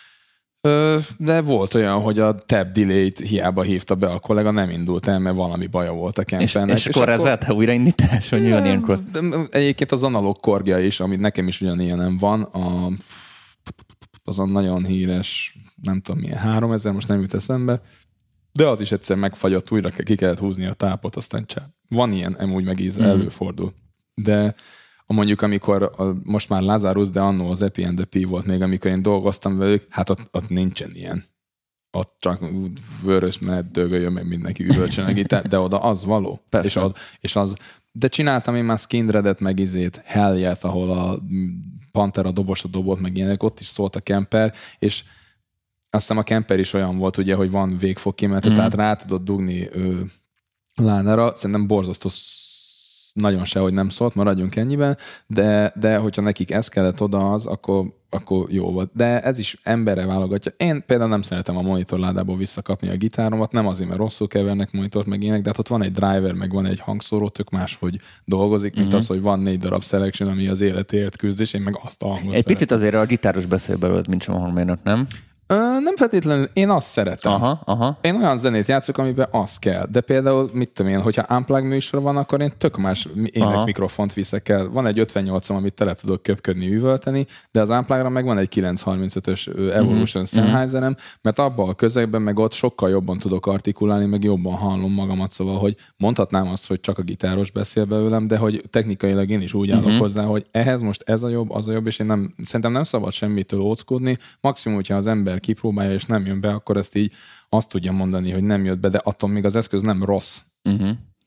Ö, de volt olyan, hogy a tab delay-t hiába hívta be a kollega, nem indult el, mert valami baja volt a Kempernek. És, és, és akkor ez lett, ha újraindítás, vagy mi van ilyenkor? Egyébként az analóg korgja is, amit nekem is ugyanilyenem van, a, azon nagyon híres, nem tudom milyen, háromezer, most nem jut eszembe, de az is egyszer megfagyott, újra ki kellett húzni a tápot, aztán csá. Van ilyen, amúgy meg íz, mm. előfordul. De mondjuk, amikor a, most már Lazarus, de annó az Epi and the P volt még, amikor én dolgoztam velük, hát ott, ott nincsen ilyen. Ott csak vörös menet dögöljön, meg mindenki üvölcsön, de oda az való. És, az, és az, de csináltam én már Skindredet, meg izét, Hellyet, ahol a Pantera dobosra dobott, meg ilyenek, ott is szólt a Kemper, és azt hiszem a Kemper is olyan volt, ugye, hogy van végfogkimenető, mm. tehát rá tudod dugni ő, lánára, szerintem borzasztó nagyon sehogy nem szólt, maradjunk ennyiben, de, de hogyha nekik ez kellett oda az, akkor, akkor jó volt. De ez is emberre válogatja. Én például nem szeretem a monitorládából visszakapni a gitáromat, nem azért, mert rosszul kevernek monitort, meg ilyenek, de hát ott van egy driver, meg van egy hangszóró, tök máshogy dolgozik, mint mm-hmm. az, hogy van négy darab selection, ami az életéért küzd, és én meg azt a hangot Egy szeretem. Picit azért a gitáros beszél belőled, mint sem a hangmérnök, nem? Ö, nem feltétlenül, én azt szeretem. Aha, aha. Én olyan zenét játszok, amiben az kell. De például, mit tudom én, hogyha unplug műsor van, akkor én tök más ének mikrofont viszek el. Van egy ötvennyolcam, amit tele tudok köpködni, üvölteni, de az unplugra meg van egy kilencszázharmincötös Evolution uh-huh. Sennheiserem, mert abban a közegben meg ott sokkal jobban tudok artikulálni, meg jobban hallom magamat, szóval, hogy mondhatnám azt, hogy csak a gitáros beszél belőlem, de hogy technikailag én is úgy állok uh-huh. hozzá, hogy ehhez most ez a jobb, az a jobb, és én nem, szerintem nem szabad semmitől óckodni. Maximum, hogyha az ember kipróbálja, és nem jön be, akkor ezt így azt tudja mondani, hogy nem jött be, de attól még az eszköz nem rossz. Uh-huh.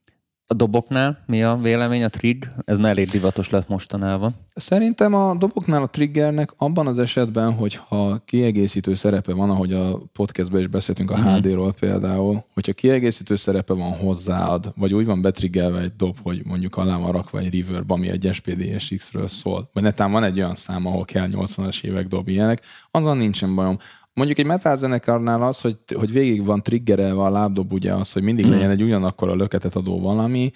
A doboknál mi a vélemény, a trig? Ez már elég divatos lett mostanában. Szerintem a doboknál a triggernek abban az esetben, hogyha kiegészítő szerepe van, ahogy a podcastben is beszéltünk a mm. há dé-ról például, hogyha kiegészítő szerepe van hozzáad, vagy úgy van betriggelve egy dob, hogy mondjuk alá van rakva egy reverb, ami egy es pé dé es iksz-ről szól, vagy netán van egy olyan szám, ahol kell nyolcvanas évek dob ilyenek, azon nincsen bajom. Mondjuk egy metal zenekarnál az, hogy, hogy végig van triggerelve a lábdob, ugye az, hogy mindig mm. legyen egy ugyanakkor a löketet adó valami.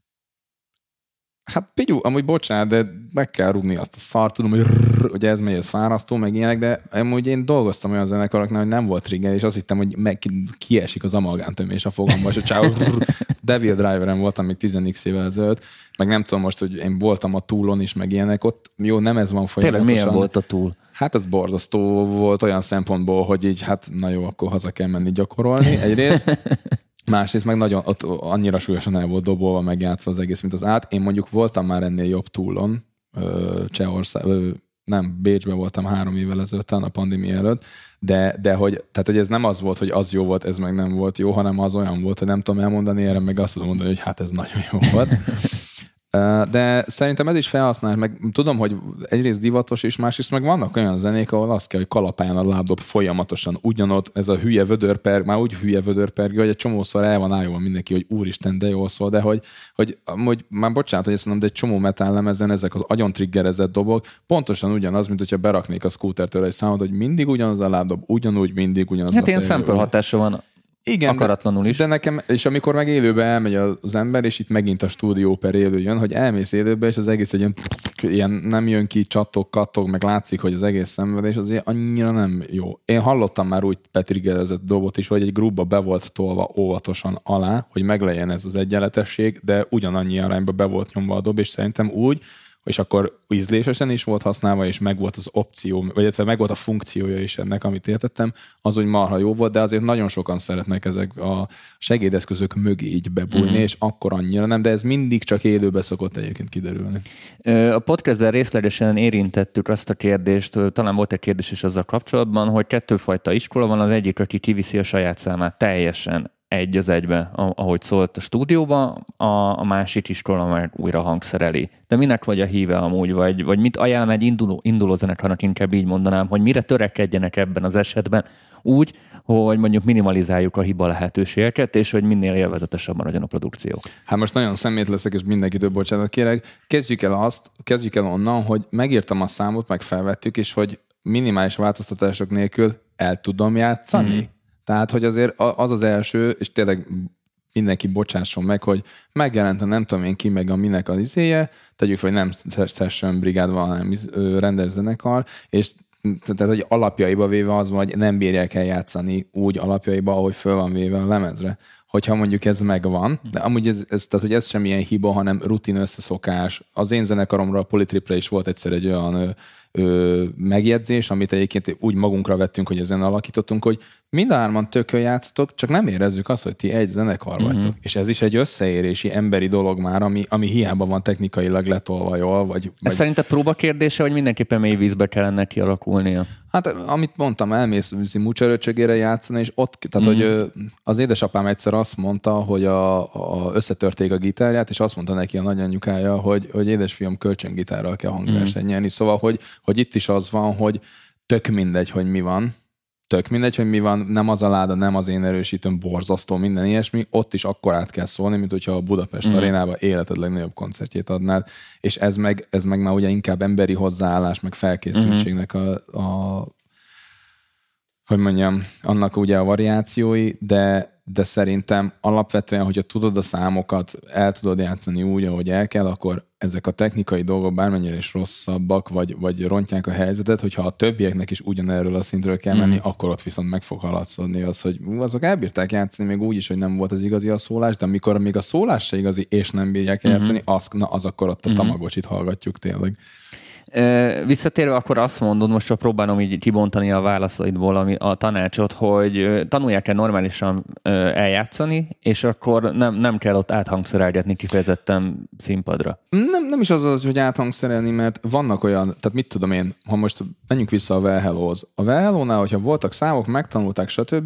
Hát pigyú, amúgy bocsánat, de meg kell rúgni azt a szart, tudom, hogy rrr, hogy ez megy, ez fárasztó, meg ilyenek, de amúgy én dolgoztam olyan zenekaroknál, hogy nem volt trigger, és azt hittem, hogy meg kiesik az amalgántömés a fogamba, és a csáv, Devil Driveren voltam még tíz x évvel ezelőtt, meg nem tudom most, hogy én voltam a túlon is, meg ilyenek ott. Jó, nem ez van folyamatosan. Tényleg milyen volt a túl? Hát ez borzasztó volt olyan szempontból, hogy így hát na jó, akkor haza kell menni gyakorolni egyrészt. Másrészt meg nagyon ott annyira súlyosan el volt dobolva, megjátszva az egész, mint az át. Én mondjuk voltam már ennél jobb túlon, Csehország, nem, Bécsben voltam három évvel ezelőtt, a pandémia előtt, de, de hogy, tehát, hogy ez nem az volt, hogy az jó volt, ez meg nem volt jó, hanem az olyan volt, hogy nem tudom elmondani, erre meg azt tudom mondani, hogy hát ez nagyon jó volt. De szerintem ez is felhasznált, meg tudom, hogy egyrészt divatos, és másrészt meg vannak olyan zenék, ahol azt kell, hogy kalapáljon a lábdob folyamatosan ugyanott, ez a hülye vödörperg, már úgy hülye vödörperg, hogy egy csomószor el van álljon mindenki, hogy úristen, de jól szól, de hogy, hogy, hogy már bocsánat, hogy ezt mondom, de egy csomó metal lemezen ezek az agyon triggerezett dobok, pontosan ugyanaz, mint hogyha beraknék a scootertől egy számot, hogy mindig ugyanaz a lábdob, ugyanúgy mindig ugyanaz. Hát ilyen sample hatása van. Igen, akaratlanul is. De nekem, és amikor meg élőbe elmegy az ember, és itt megint a stúdió per élő jön, hogy elmész élőbe, és az egész egy ilyen, ilyen nem jön ki, csattog, kattog, meg látszik, hogy az egész szenvedés azért annyira nem jó. Én hallottam már úgy petriggerezett dobot is, hogy egy grúbba be volt tolva óvatosan alá, hogy meglegyen ez az egyenletesség, de ugyanannyi arányba be volt nyomva a dob, és szerintem úgy, és akkor ízlésesen is volt használva, és meg volt az opció, vagy illetve meg volt a funkciója is ennek, amit értettem, az úgy marha jó volt, de azért nagyon sokan szeretnek ezek a segédeszközök mögé így bebújni, mm-hmm. és akkor annyira nem, de ez mindig csak élőbe szokott egyébként kiderülni. A podcastben részlegesen érintettük azt a kérdést, talán volt egy kérdés is azzal kapcsolatban, hogy kettőfajta iskola van, az egyik, aki kiviszi a saját számát teljesen egy az egybe, ahogy szólt a stúdióban, a, a másik iskola már újra hangszereli. De minek vagy a híve amúgy, vagy, vagy mit ajánl egy induló, induló zenekarnak, inkább így mondanám, hogy mire törekedjenek ebben az esetben, úgy, hogy mondjuk minimalizáljuk a hiba lehetőségeket, és hogy minél élvezetesebb maradjon a produkció. Hát most nagyon szemét leszek, és mindenkitől bocsánat kérek. Kezdjük el azt, kezdjük el onnan, hogy megírtam a számot, meg felvettük, és hogy minimális változtatások nélkül el tudom játszani. Mm. Tehát, hogy azért az az első, és tényleg mindenki bocsásson meg, hogy megjelent a nem tudom én ki, meg a minek az izéje, tegyük fel, hogy nem session brigád van, hanem rendes zenekar, és tehát, hogy alapjaiba véve az van, hogy nem bírják el játszani úgy alapjaiba, ahogy föl van véve a lemezre. Hogyha mondjuk ez megvan, de amúgy ez, ez, tehát, hogy ez semmilyen hiba, hanem rutin összeszokás. Az én zenekaromra, a Polytripre is volt egyszer egy olyan ö, ö, megjegyzés, amit egyébként úgy magunkra vettünk, hogy ezen alakítottunk, hogy mind a hárman tökön játszotok, csak nem érezzük azt, hogy ti egy zenekar vagytok. Mm-hmm. És ez is egy összeérési emberi dolog már, ami, ami hiába van technikailag letolva jól. Vagy, ez vagy... szerinted próba kérdése, hogy mindenképpen mély vízbe kellene kialakulnia? Hát amit mondtam, elmész mucsaröcsögére játszani, és ott, tehát mm-hmm. hogy az édesapám egyszer azt mondta, hogy a, a összetörték a gitárját, és azt mondta neki a nagyanyukája, hogy, hogy édesfiam, kölcsöngitárral kell hangversenyt nyerni. Szóval, hogy, hogy itt is az van, hogy tök mindegy, hogy mi van, tök mindegy, hogy mi van, nem az a láda, nem az én erősítőm, borzasztó, minden ilyesmi, ott is akkor át kell szólni, mint hogyha a Budapest mm. arénába életed legnagyobb koncertjét adnád, és ez meg, ez meg már ugye inkább emberi hozzáállás, meg felkészültségnek a, a hogy mondjam, annak ugye a variációi, de, de szerintem alapvetően, hogyha tudod a számokat, el tudod játszani úgy, ahogy el kell, akkor ezek a technikai dolgok bármennyire is rosszabbak, vagy, vagy rontják a helyzetet, hogyha a többieknek is ugyanerről a szintről kell menni, mm. akkor ott viszont meg fog haladszódni az, hogy ú, azok elbírták játszani még úgy is, hogy nem volt az igazi a szólás, de amikor még a szólás se igazi, és nem bírják mm-hmm. játszani, az, na, az akkor ott a mm-hmm. Tamagocsit hallgatjuk tényleg. Visszatérve akkor azt mondod, most csak próbálom így kibontani a válaszaidból ami a tanácsot, hogy tanulják el normálisan eljátszani, és akkor nem, nem kell ott áthangszerelgetni kifejezetten színpadra. Nem, nem is az az, hogy áthangszerelni, mert vannak olyan, tehát mit tudom én, ha most menjünk vissza a Well Hello-hoz. A Well Hello-nál, hogyha voltak számok, megtanulták, stb.,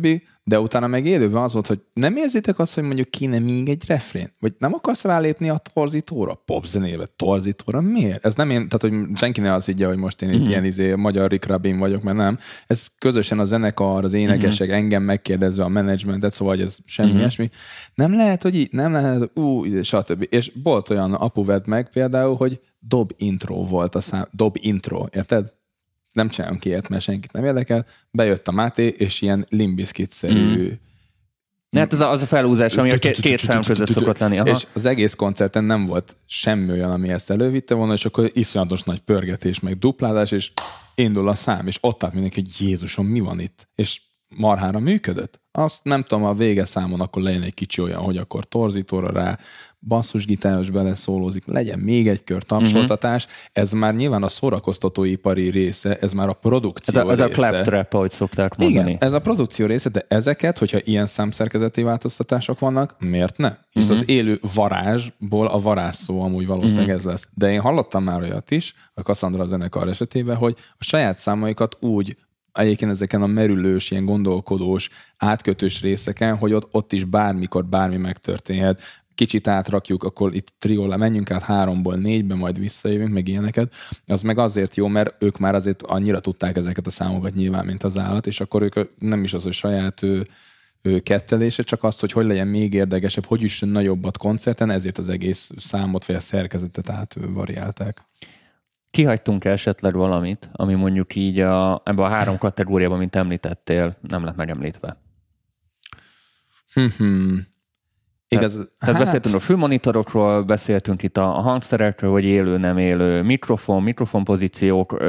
de utána meg élőben az volt, hogy nem érzitek azt, hogy mondjuk kéne még egy refrén? Vagy nem akarsz rálépni a torzítóra? Popzenébe, torzítóra? Miért? Ez nem én, tehát hogy senki ne az higgye, hogy most én itt mm-hmm. ilyen izé, magyar Rick Rubin vagyok, mert nem. Ez közösen a zenekar, az énekesek, mm-hmm. engem megkérdezve a menedzsmentet, szóval hogy ez semmi mm-hmm. ilyesmi. Nem lehet, hogy így, nem lehet, ú, stb. És volt olyan, apu vett meg például, hogy dob intro volt a szám, dob intro, érted? Nem csinálom ki ilyet, mert senkit nem érdekel. Bejött a Máté, és ilyen Limp Bizkit-szerű... Mm. Hát az a, az a felhúzás, ami a két szám között szokott lenni. Aha. És az egész koncerten nem volt semmi olyan, ami ezt elővitte volna, és akkor iszonyatos nagy pörgetés, meg duplázás, és indul a szám, és ott állt mindenki, hogy Jézusom, mi van itt? És marhára működött. Azt nem tudom, a vége számon akkor legyen egy kicsi olyan, hogy akkor torzítóra rá basszusgitáros beleszólózik, legyen még egy kör tapsoltatás. Uh-huh. Ez már nyilván a szórakoztatóipari része, ez már a produkció ez a, ez része. Ez a claptrap, ahogy szokták mondani. Igen, ez a produkció része, de ezeket, hogyha ilyen számszerkezeti változtatások vannak, miért ne? Hisz uh-huh. az élő varázsból a varázsszó amúgy valószínűleg uh-huh. ez lesz. De én hallottam már olyat is, a Cassandra zenekar esetében, hogy a saját számaikat úgy egyébként ezeken a merülős, ilyen gondolkodós, átkötős részeken, hogy ott, ott is bármikor bármi megtörténhet. Kicsit átrakjuk, akkor itt trióla, menjünk át háromból négybe, majd visszajövünk, meg ilyeneket. Az meg azért jó, mert ők már azért annyira tudták ezeket a számokat nyilván, mint az állat, és akkor ők nem is az, hogy saját ő, ő kettelése, csak az, hogy hogy legyen még érdekesebb, hogy üssön nagyobbat koncerten, ezért az egész számot, vagy a szerkezetet átvariálták. Kihagytunk esetleg valamit, ami mondjuk így a, ebben a három kategóriában, mint említettél, nem lett megemlítve? Hmm. Igaz, tehát, tehát hát... beszéltünk a fülmonitorokról, beszéltünk itt a hangszerekről, hogy élő, nem élő mikrofon, mikrofonpozíciók.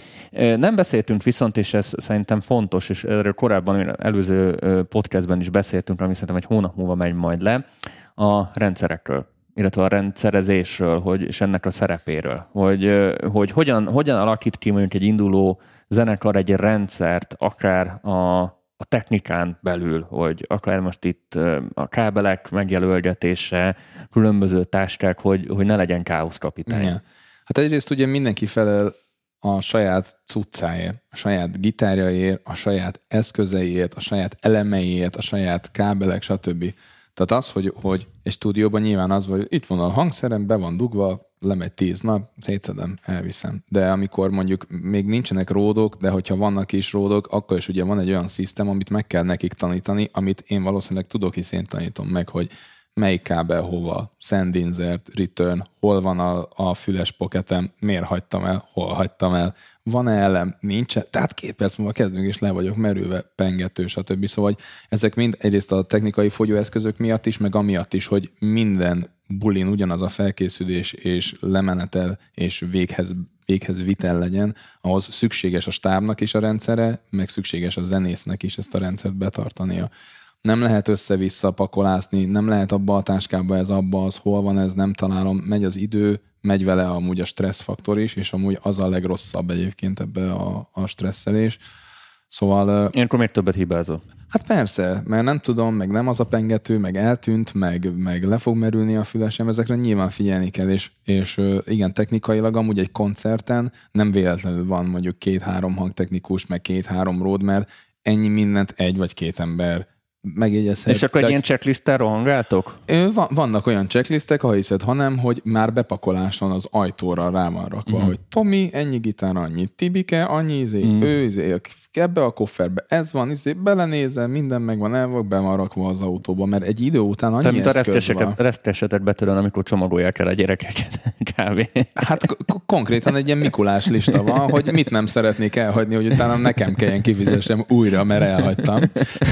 Nem beszéltünk viszont, és ez szerintem fontos, és erről korábban előző podcastben is beszéltünk, ami szerintem egy hónap múlva megy majd le, a rendszerekről, illetve a rendszerezésről, hogy, és ennek a szerepéről, hogy, hogy hogyan, hogyan alakít ki mondjuk egy induló zenekar egy rendszert, akár a, a technikán belül, hogy akár most itt a kábelek megjelölgetése, különböző táskák, hogy, hogy ne legyen káoszkapitány. Ja. Hát egyrészt ugye mindenki felel a saját cuccáért, a saját gitárjaért, a saját eszközeiért, a saját elemeiért, a saját kábelek, stb. Tehát az, hogy, hogy egy stúdióban nyilván az, hogy itt van a hangszerem, be van dugva, lemegy tíz nap, szétszedem, elviszem. De amikor mondjuk még nincsenek ródok, de hogyha vannak is ródok, akkor is ugye van egy olyan szisztem, amit meg kell nekik tanítani, amit én valószínűleg tudok, hisz én tanítom meg, hogy melyik kábel hova, send, insert, return, hol van a, a füles pocketem, miért hagytam el, hol hagytam el, van-e elem, nincs. Tehát két perc múlva kezdünk, és le vagyok merülve, pengető, stb. Szóval ezek mind egyrészt a technikai fogyóeszközök miatt is, meg amiatt is, hogy minden bulin ugyanaz a felkészülés és lemenetel és véghez, véghez vitel legyen, ahhoz szükséges a stábnak is a rendszere, meg szükséges a zenésznek is ezt a rendszert betartania. Nem lehet össze-vissza pakolászni, nem lehet abba a táskába ez, abba az, hol van ez, nem találom, megy az idő, megy vele amúgy a stresszfaktor is, és amúgy az a legrosszabb egyébként ebbe a, a stresszelés. Szóval... Ilyenkor miért többet hibázol? Hát persze, mert nem tudom, meg nem az a pengető, meg eltűnt, meg, meg le fog merülni a fülesem, ezekre nyilván figyelni kell, és, és igen, technikailag amúgy egy koncerten nem véletlenül van mondjuk két-három hangtechnikus, meg két-három ród, mert ennyi mindent egy vagy két ember megjegyezhet. És akkor egy ilyen checklisttel rohangáltok? Vannak olyan checklistek, ha hiszed, hanem, hogy már bepakoláson az ajtóra rá van rakva, mm. hogy Tomi, ennyi gitár, annyi, Tibike, annyi izé, mm. ő izé, ebbe a kofferbe ez van, izé, belenézel, minden megvan, el be van rakva az autóba, mert egy idő után annyi eszköz van. Tehát a resztkesetet betörön, amikor csomagolják el a gyerekeket kávé. Hát k- konkrétan egy ilyen Mikulás lista van, hogy mit nem szeretnék elhagyni, hogy utána nekem kelljen kifizessem újra, mert elhagytam.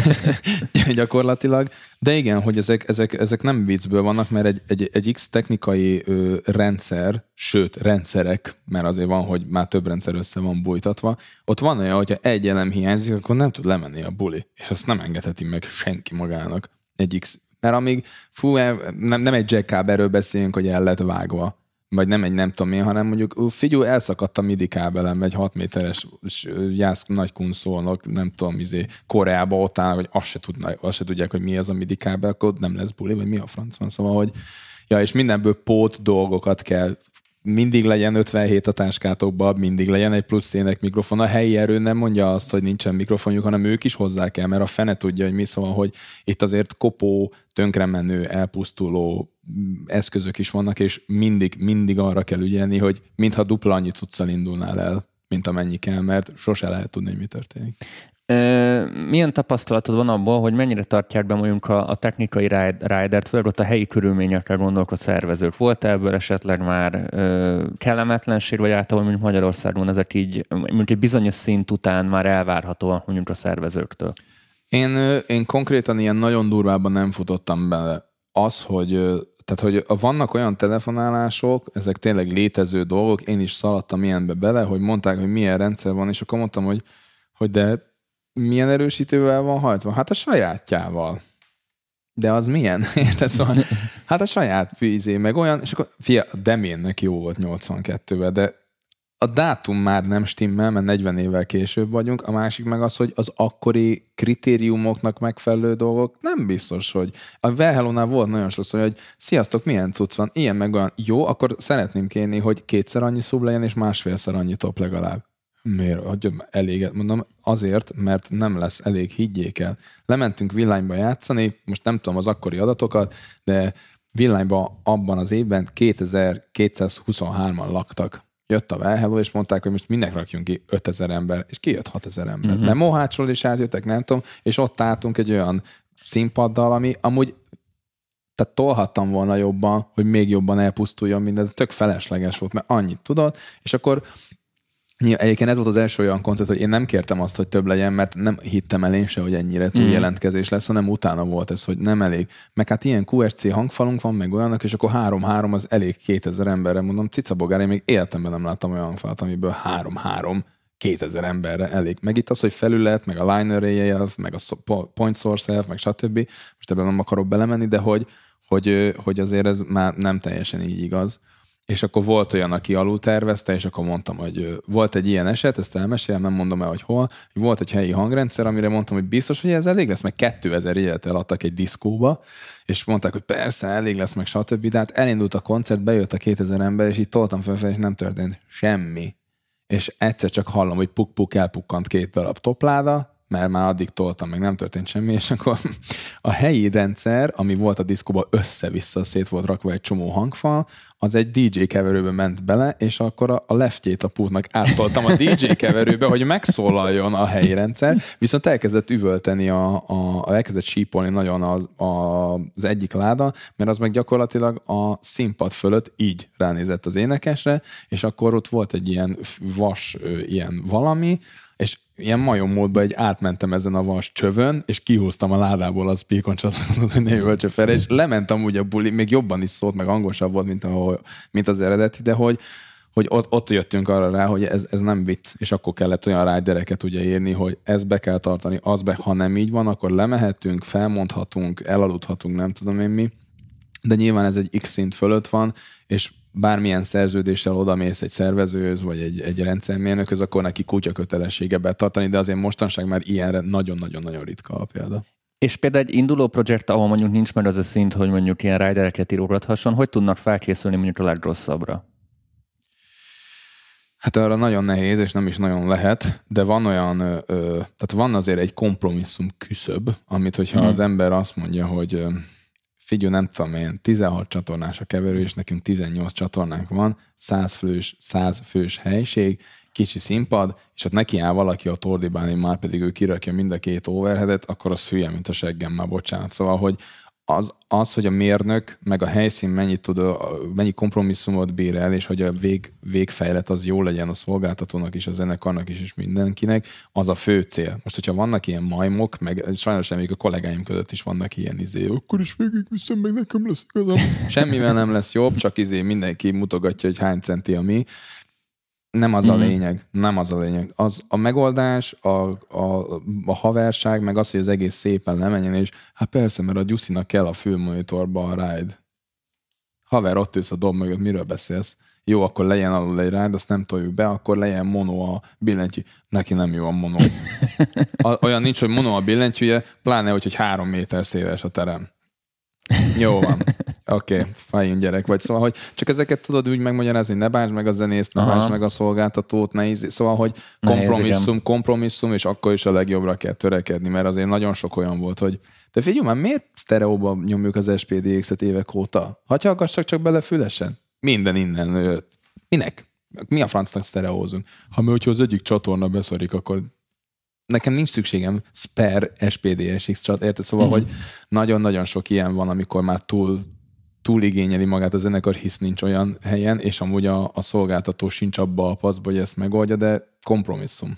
Gyakorlatilag. De igen, hogy ezek, ezek, ezek nem viccből vannak, mert egy, egy, egy X technikai ö, rendszer, sőt, rendszerek, mert azért van, hogy már több rendszer össze van bújtatva, ott van olyan, hogyha egy elem hiányzik, akkor nem tud lemenni a buli, és azt nem engedheti meg senki magának. Egy X. Mert amíg, fú, nem, nem egy jack kábelről beszélünk, hogy el lett vágva, vagy nem egy nem tudom én, hanem mondjuk figyelj, elszakadt a midi kábelem, egy hat méteres jász nagy kunszolnok, nem tudom, izé, Koreába ott áll, hogy azt se, tudnak, azt se tudják, hogy mi az a midi kábel, akkor nem lesz buli, vagy mi a franc van. Szóval, hogy ja, és mindenből pót dolgokat kell mindig legyen ötvenhét a táskátokban, mindig legyen egy plusz ének mikrofon. A helyi erő nem mondja azt, hogy nincsen mikrofonjuk, hanem ők is hozzá kell, mert a fene tudja, hogy mi, szóval, hogy itt azért kopó, tönkremenő, elpusztuló eszközök is vannak, és mindig, mindig arra kell ügyelni, hogy mintha dupla annyi cuccal indulnál el, mint amennyi kell, mert sose lehet tudni, hogy mi történik. Milyen tapasztalatod van abból, hogy mennyire tartják be mondjuk a, a technikai ridert, főleg ott a helyi körülményekre gondolok a szervezők? Volt ebből esetleg már ö, kellemetlenség, vagy általában mondjuk Magyarországon ezek így, mondjuk egy bizonyos szint után már elvárható mondjuk a szervezőktől? Én, én konkrétan ilyen nagyon durvában nem futottam bele. Az, hogy, tehát, hogy vannak olyan telefonálások, ezek tényleg létező dolgok, én is szaladtam ilyenbe bele, hogy mondták, hogy milyen rendszer van, és akkor mondtam, hogy, hogy de milyen erősítővel van hajtva? Hát a sajátjával. De az milyen? Érted? Szóval, hát a saját vízé, meg olyan, és akkor fia, a Deménnek jó volt nyolcvankettővel, de a dátum már nem stimmel, mert negyven évvel később vagyunk, a másik meg az, hogy az akkori kritériumoknak megfelelő dolgok nem biztos, hogy a Velhelónál volt nagyon sokszor, hogy sziasztok, milyen cucc van, ilyen meg olyan, jó, akkor szeretném kérni, hogy kétszer annyi szub legyen, és másfélszer annyi top legalább. Miért? Hogy eléget mondom, azért, mert nem lesz elég, higgyék el. Lementünk Villányba játszani, most nem tudom az akkori adatokat, de Villányba abban az évben kétezer-kétszázhuszonhárman laktak. Jött a Velhello, és mondták, hogy most mindenki rakjunk ki ötezer ember, és kijött hatezer ember. Uh-huh. Nem Mohácsról is átjöttek, nem tudom, és ott álltunk egy olyan színpaddal, ami amúgy tehát tolhattam volna jobban, hogy még jobban elpusztuljon minden, tök felesleges volt, mert annyit tudod, és akkor egyébként ez volt az első olyan koncert, hogy én nem kértem azt, hogy több legyen, mert nem hittem el én se, hogy ennyire túl jelentkezés lesz, hanem utána volt ez, hogy nem elég. Meg hát ilyen kú es cé hangfalunk van, meg olyanok, és akkor három-három az elég kétezer emberre, mondom, cicabogár, én még életemben nem láttam olyan hangfalat, amiből három-három kétezer emberre elég. Meg itt az, hogy felület, meg a line array elf, meg a point source elf, meg stb. Most ebben nem akarok belemenni, de hogy, hogy, hogy azért ez már nem teljesen így igaz. És akkor volt olyan, aki alul tervezte, és akkor mondtam, hogy volt egy ilyen eset, ezt elmesélem, nem mondom el, hogy hol. Volt egy helyi hangrendszer, amire mondtam, hogy biztos, hogy ez elég lesz, meg kétezer jegyet eladtak egy diszkóba, és mondták, hogy persze, elég lesz, meg stb. De hát elindult a koncert, bejött a kétezer ember, és így toltam felfelé, és nem történt semmi. És egyszer csak hallom, hogy puk-puk elpukkant két darab topláda, mert már addig toltam, meg nem történt semmi, és akkor a helyi rendszer, ami volt a diszkóban, össze-vissza szét volt rakva egy csomó hangfal, az egy dé dzsé keverőbe ment bele, és akkor a, a leftjét a pultnak áttoltam a dé dzsé keverőbe, hogy megszólaljon a helyi rendszer, viszont elkezdett üvölteni, a, a, elkezdett sípolni nagyon az, a, az egyik láda, mert az meg gyakorlatilag a színpad fölött így ránézett az énekesre, és akkor ott volt egy ilyen vas, ilyen valami, és ilyen majom módban egy átmentem ezen a vas csövön, és kihúztam a ládából a speakon csatlakozott, hogy ne jövöltsön fel, és lementem úgy a buli, még jobban is szólt, meg hangosabb volt, mint, a, mint az eredeti, de hogy, hogy ott, ott jöttünk arra rá, hogy ez, ez nem vicc, és akkor kellett olyan ridereket ugye írni, hogy ezt be kell tartani, az be, ha nem így van, akkor lemehetünk, felmondhatunk, elaludhatunk, nem tudom én mi, de nyilván ez egy X szint fölött van, és bármilyen szerződéssel odamész egy szervezőhöz, vagy egy, egy rendszermérnökhöz, akkor neki kutya kötelessége betartani, de azért mostanság már ilyenre nagyon-nagyon-nagyon ritka a példa. És például egy induló projekt, ahol mondjuk nincs meg az a szint, hogy mondjuk ilyen ridereket írogathasson, hogy tudnak felkészülni mondjuk a legrosszabbra? Hát arra nagyon nehéz, és nem is nagyon lehet, de van olyan, ö, tehát van azért egy kompromisszum küszöb, amit hogyha hmm. az ember azt mondja, hogy ö, figyelj, nem tudom én, tizenhat csatornás a keverő, és nekünk tizennyolc csatornánk van, száz fős, száz fős helység, kicsi színpad, és ott neki áll valaki ott ordibálni, már pedig ő kirakja mind a két overheadet, akkor az hülye, mint a seggem, már bocsánat. Szóval, hogy az, az, hogy a mérnök, meg a helyszín mennyit tud, mennyi kompromisszumot bír el, és hogy a vég, végfejlet az jó legyen a szolgáltatónak is, a zenekarnak is, és mindenkinek, az a fő cél. Most, hogyha vannak ilyen majmok, meg sajnos még a kollégáim között is vannak ilyen izé, akkor is végigviszem, meg nekem lesz igazam. Semmivel nem lesz jobb, csak izé mindenki mutogatja, hogy hány centi a mi. Nem az a lényeg, nem az a lényeg. Az a megoldás, a, a, a haverság, meg az, hogy az egész szépen lemenjen, és hát persze, mert a Gyuszinak kell a fülmonitorba a ride. Haver, ott ülsz a dob mögött, miről beszélsz? Jó, akkor legyen alul egy ride, azt nem toljuk be, akkor legyen mono a billentyű. Neki nem jó a mono. A, olyan nincs, hogy mono a billentyűje, pláne, hogy, hogy három méter széles a terem. Jó van. Oké, okay, fájjön gyerek vagy. Szóval, hogy csak ezeket tudod úgy megmagyarázni, ne bántsd meg a zenészt, ne bántsd meg a szolgáltatót, ne íz... Szóval, hogy kompromisszum, Nehéz, kompromisszum, és akkor is a legjobbra kell törekedni, mert azért nagyon sok olyan volt, hogy de figyelj már, miért sztereóban nyomjuk az es pé dé iksz-et évek óta? Hagyhallgassak csak bele fülesen. Minden innen jött. Minek? Mi a francnak sztereózunk? Ha mi, hogyha az egyik csatorna beszorik, akkor nekem nincs szükségem spare es pé dé es iksz csat, érted? Szóval, mm-hmm. hogy nagyon-nagyon sok ilyen van, amikor már túl, túl igényeli magát a zenekar, hisz nincs olyan helyen, és amúgy a, a szolgáltató sincs abba a paszba, hogy ezt megoldja, de kompromisszum.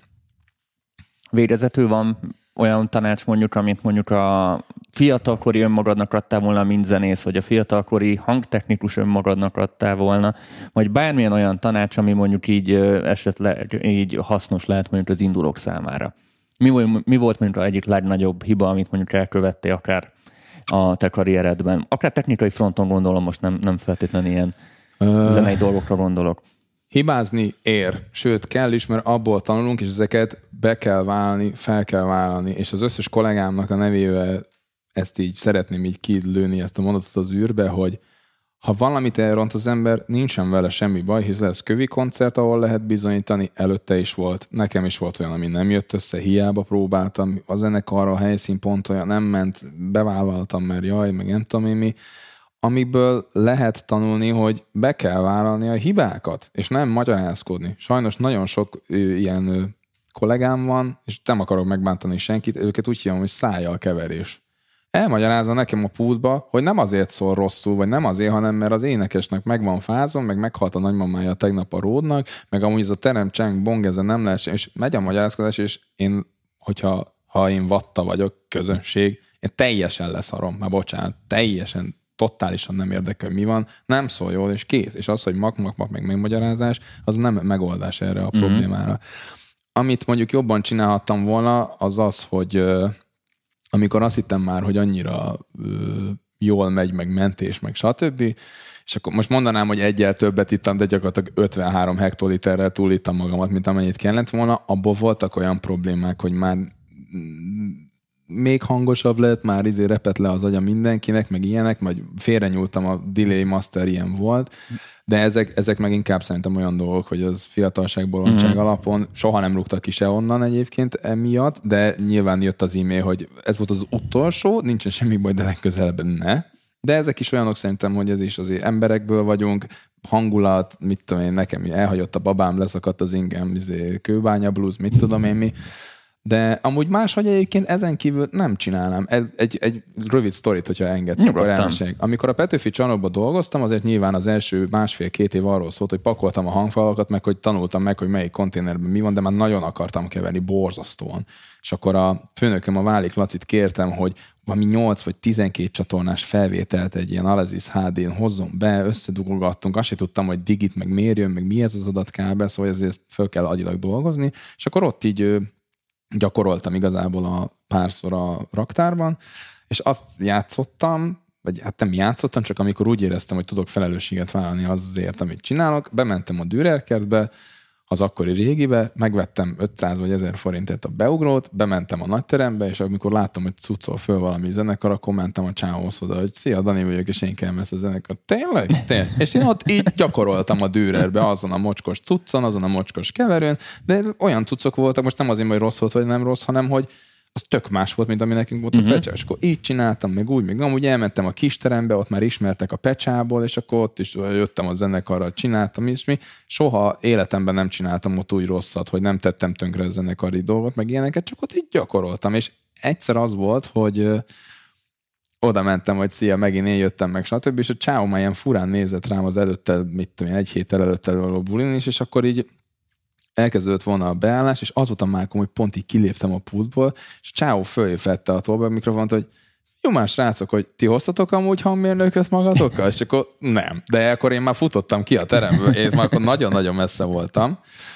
Végezetül van olyan tanács mondjuk, amit mondjuk a fiatalkori önmagadnak adtál volna, mint zenész, vagy a fiatalkori hangtechnikus önmagadnak adtál volna, vagy bármilyen olyan tanács, ami mondjuk így esetleg így hasznos lehet mondjuk az indulók számára. Mi volt, mi volt mondjuk az egyik legnagyobb hiba, amit mondjuk elkövettél akár a te karrieredben? Akár technikai fronton gondolom, most nem, nem feltétlenül ilyen uh... zenei dolgokra gondolok. Hibázni ér, sőt kell is, mert abból tanulunk, és ezeket be kell vállalni, fel kell vállalni, és az összes kollégámnak a nevével ezt így szeretném így kilőni, ezt a mondatot az űrbe, hogy ha valamit elront az ember, nincsen vele semmi baj, hisz lesz kövi koncert, ahol lehet bizonyítani, előtte is volt, nekem is volt olyan, ami nem jött össze, hiába próbáltam, a zenekarra a helyszín pont olyan nem ment, bevállaltam, mert jaj, meg nem tudom én mi, amiből lehet tanulni, hogy be kell vállalni a hibákat, és nem magyarázkodni. Sajnos nagyon sok ő, ilyen ő, kollégám van, és nem akarok megbántani senkit, őket úgy hívom, hogy szájjal keverés. Elmagyarázza nekem a pultba, hogy nem azért szól rosszul, vagy nem azért, hanem mert az énekesnek meg van fázva, meg meghalt a nagymamája tegnap a Ródnak, meg amúgy ez a terem, cseng, bong, ezen nem lehet, és megy a magyarázkodás, és én, hogyha ha én vatta vagyok, közönség, én teljesen leszarom, már bocsánat, teljesen totálisan nem érdekel, mi van, nem szól jól, és kész. És az, hogy mak-mak-mak meg megmagyarázás, az nem megoldás erre a mm-hmm. problémára. Amit mondjuk jobban csinálhattam volna, az az, hogy euh, amikor azt hittem már, hogy annyira euh, jól megy, meg mentés, meg stb., és akkor most mondanám, hogy egyel többet ittam, de gyakorlatilag ötvenhárom hektoliterrel túlittam magamat, mint amennyit kellett volna, abból voltak olyan problémák, hogy már még hangosabb lett, már izé repett le az agya mindenkinek, meg ilyenek, majd félrenyúltam, a delay master ilyen volt, de ezek, ezek meg inkább szerintem olyan dolgok, hogy az fiatalság, bolondság mm-hmm. alapon soha nem rúgtak ki se onnan egyébként emiatt, de nyilván jött az e-mail, hogy ez volt az utolsó, nincsen semmi baj, de legközelebb ne. De ezek is olyanok szerintem, hogy ez is azért emberekből vagyunk, hangulat, mit tudom én, nekem elhagyott a babám, leszakadt az ingem, izé, kőbánya blues, mit tudom én mi. De amúgy máshogy egyébként ezen kívül nem csinálnám. Egy, egy, egy rövid sztorit, hogyha engedsz, akkor elmeséljük. Amikor a Petőfi Csarnokban dolgoztam, azért nyilván az első másfél-két év arról szólt, hogy pakoltam a hangfalakat, meg hogy tanultam meg, hogy melyik konténerben mi van, de már nagyon akartam keverni, borzasztóan. És akkor a főnököm, a Válik Lacit kértem, hogy valami nyolc vagy tizenkét csatornás felvételt egy ilyen Alesis há dén hozzon be, összedugolgattunk, azt sem tudtam, hogy digit meg mérjön, meg mi ez az adatkábel, szóval ezért föl kell agyilag dolgozni, és akkor ott így gyakoroltam igazából a párszor a raktárban, és azt játszottam, vagy hát nem játszottam, csak amikor úgy éreztem, hogy tudok felelősséget vállalni azért, amit csinálok, bementem a Dürerkertbe, az akkori régibe, megvettem ötszáz vagy ezer forintért a beugrót, bementem a nagyterembe, és amikor láttam, hogy cuccol föl valami zenekar, akkor mentem a csávóhoz oda, hogy szia, Dani vagyok, és én kellem ezt a zenekar. Tényleg? Tényleg? És én ott így gyakoroltam a Dürerbe, azon a mocskos cuccon, azon a mocskos keverőn, de olyan cuccok voltak, most nem azért, hogy rossz volt, vagy nem rossz, hanem hogy az tök más volt, mint ami nekünk volt uh-huh. a pecsa. És akkor így csináltam, meg úgy, meg amúgy elmentem a kisterembe, ott már ismertek a pecsából, és akkor ott is jöttem a zenekarra, csináltam is mi. Soha életemben nem csináltam ott úgy rosszat, hogy nem tettem tönkre a zenekari dolgot, meg ilyeneket, csak ott így gyakoroltam. És egyszer az volt, hogy ö, oda mentem, hogy szia, megint én jöttem, meg stb. És a csávó már ilyen furán nézett rám az előtte, mit tudom, egy héttel előtte való bulin is, és akkor így elkezdődött volna a beállás, és az volt a mákom, hogy pont így kiléptem a pultból, és csávó följébb vette a tolba a mikrofont, hogy jó már srácok, hogy ti hoztatok amúgy hangmérnököt magatokkal? És akkor nem. De akkor én már futottam ki a teremből, én már akkor nagyon-nagyon messze voltam.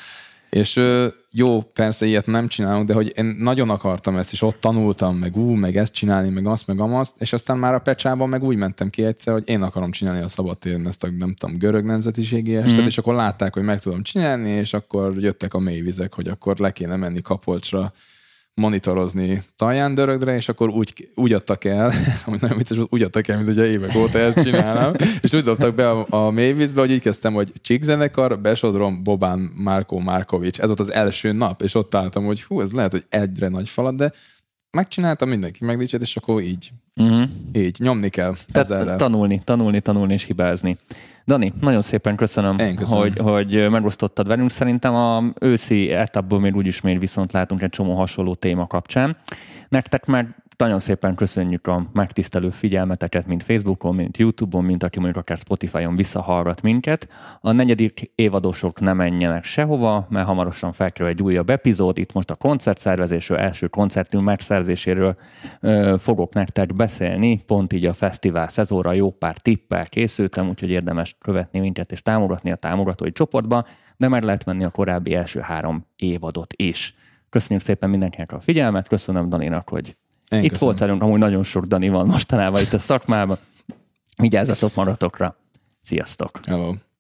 És jó, persze ilyet nem csinálunk, de hogy én nagyon akartam ezt, és ott tanultam, meg ú, meg ezt csinálni, meg azt, meg amazt, és aztán már a pecsában meg úgy mentem ki egyszer, hogy én akarom csinálni a szabadtéren ezt a, nem tudom, görög nemzetiségi estet, mm-hmm. és akkor látták, hogy meg tudom csinálni, és akkor jöttek a mélyvizek, hogy akkor le kéne menni Kapolcsra monitorozni Talján-Dörögre, és akkor úgy, úgy adtak el, ami nagyon vicces, úgy adtak el, mint ugye évek óta ezt csinálom, és úgy dobtak be a, a mélyvízbe, hogy így kezdtem, hogy Csík zenekar, besodrom Bobán Márkó Márkovics. Ez volt az első nap, és ott álltam, hogy hú, ez lehet, hogy egyre nagy falat, de megcsináltam, mindenki megdicsért, és akkor így, uh-huh. így nyomni kell. Tehát tanulni, tanulni, tanulni és hibázni. Dani, nagyon szépen köszönöm, köszönöm. Hogy, hogy megosztottad velünk. Szerintem a őszi etapból még úgyis még viszont látunk egy csomó hasonló téma kapcsán. Nektek meg nagyon szépen köszönjük a megtisztelő figyelmeteket, mint Facebookon, mint YouTube-on, mint aki mondjuk akár Spotify-on visszahallgat minket. A negyedik évadosok ne menjenek sehova, mert hamarosan felkerül egy újabb epizód. Itt most a koncertszervezésről, első koncertünk megszerzéséről ö, fogok nektek beszélni. Pont így a fesztivál szezonra jó pár tippel készültem, úgyhogy érdemes követni minket és támogatni a támogatói csoportba, de meg lehet venni a korábbi első három évadot is. Köszönjük szépen mindenkinek a figyelmet, köszönöm Daninak, hogy Én itt köszönöm. Volt velünk, amúgy nagyon sok Dani van mostanában itt a szakmában. Vigyázzatok magatokra. Sziasztok! Hello.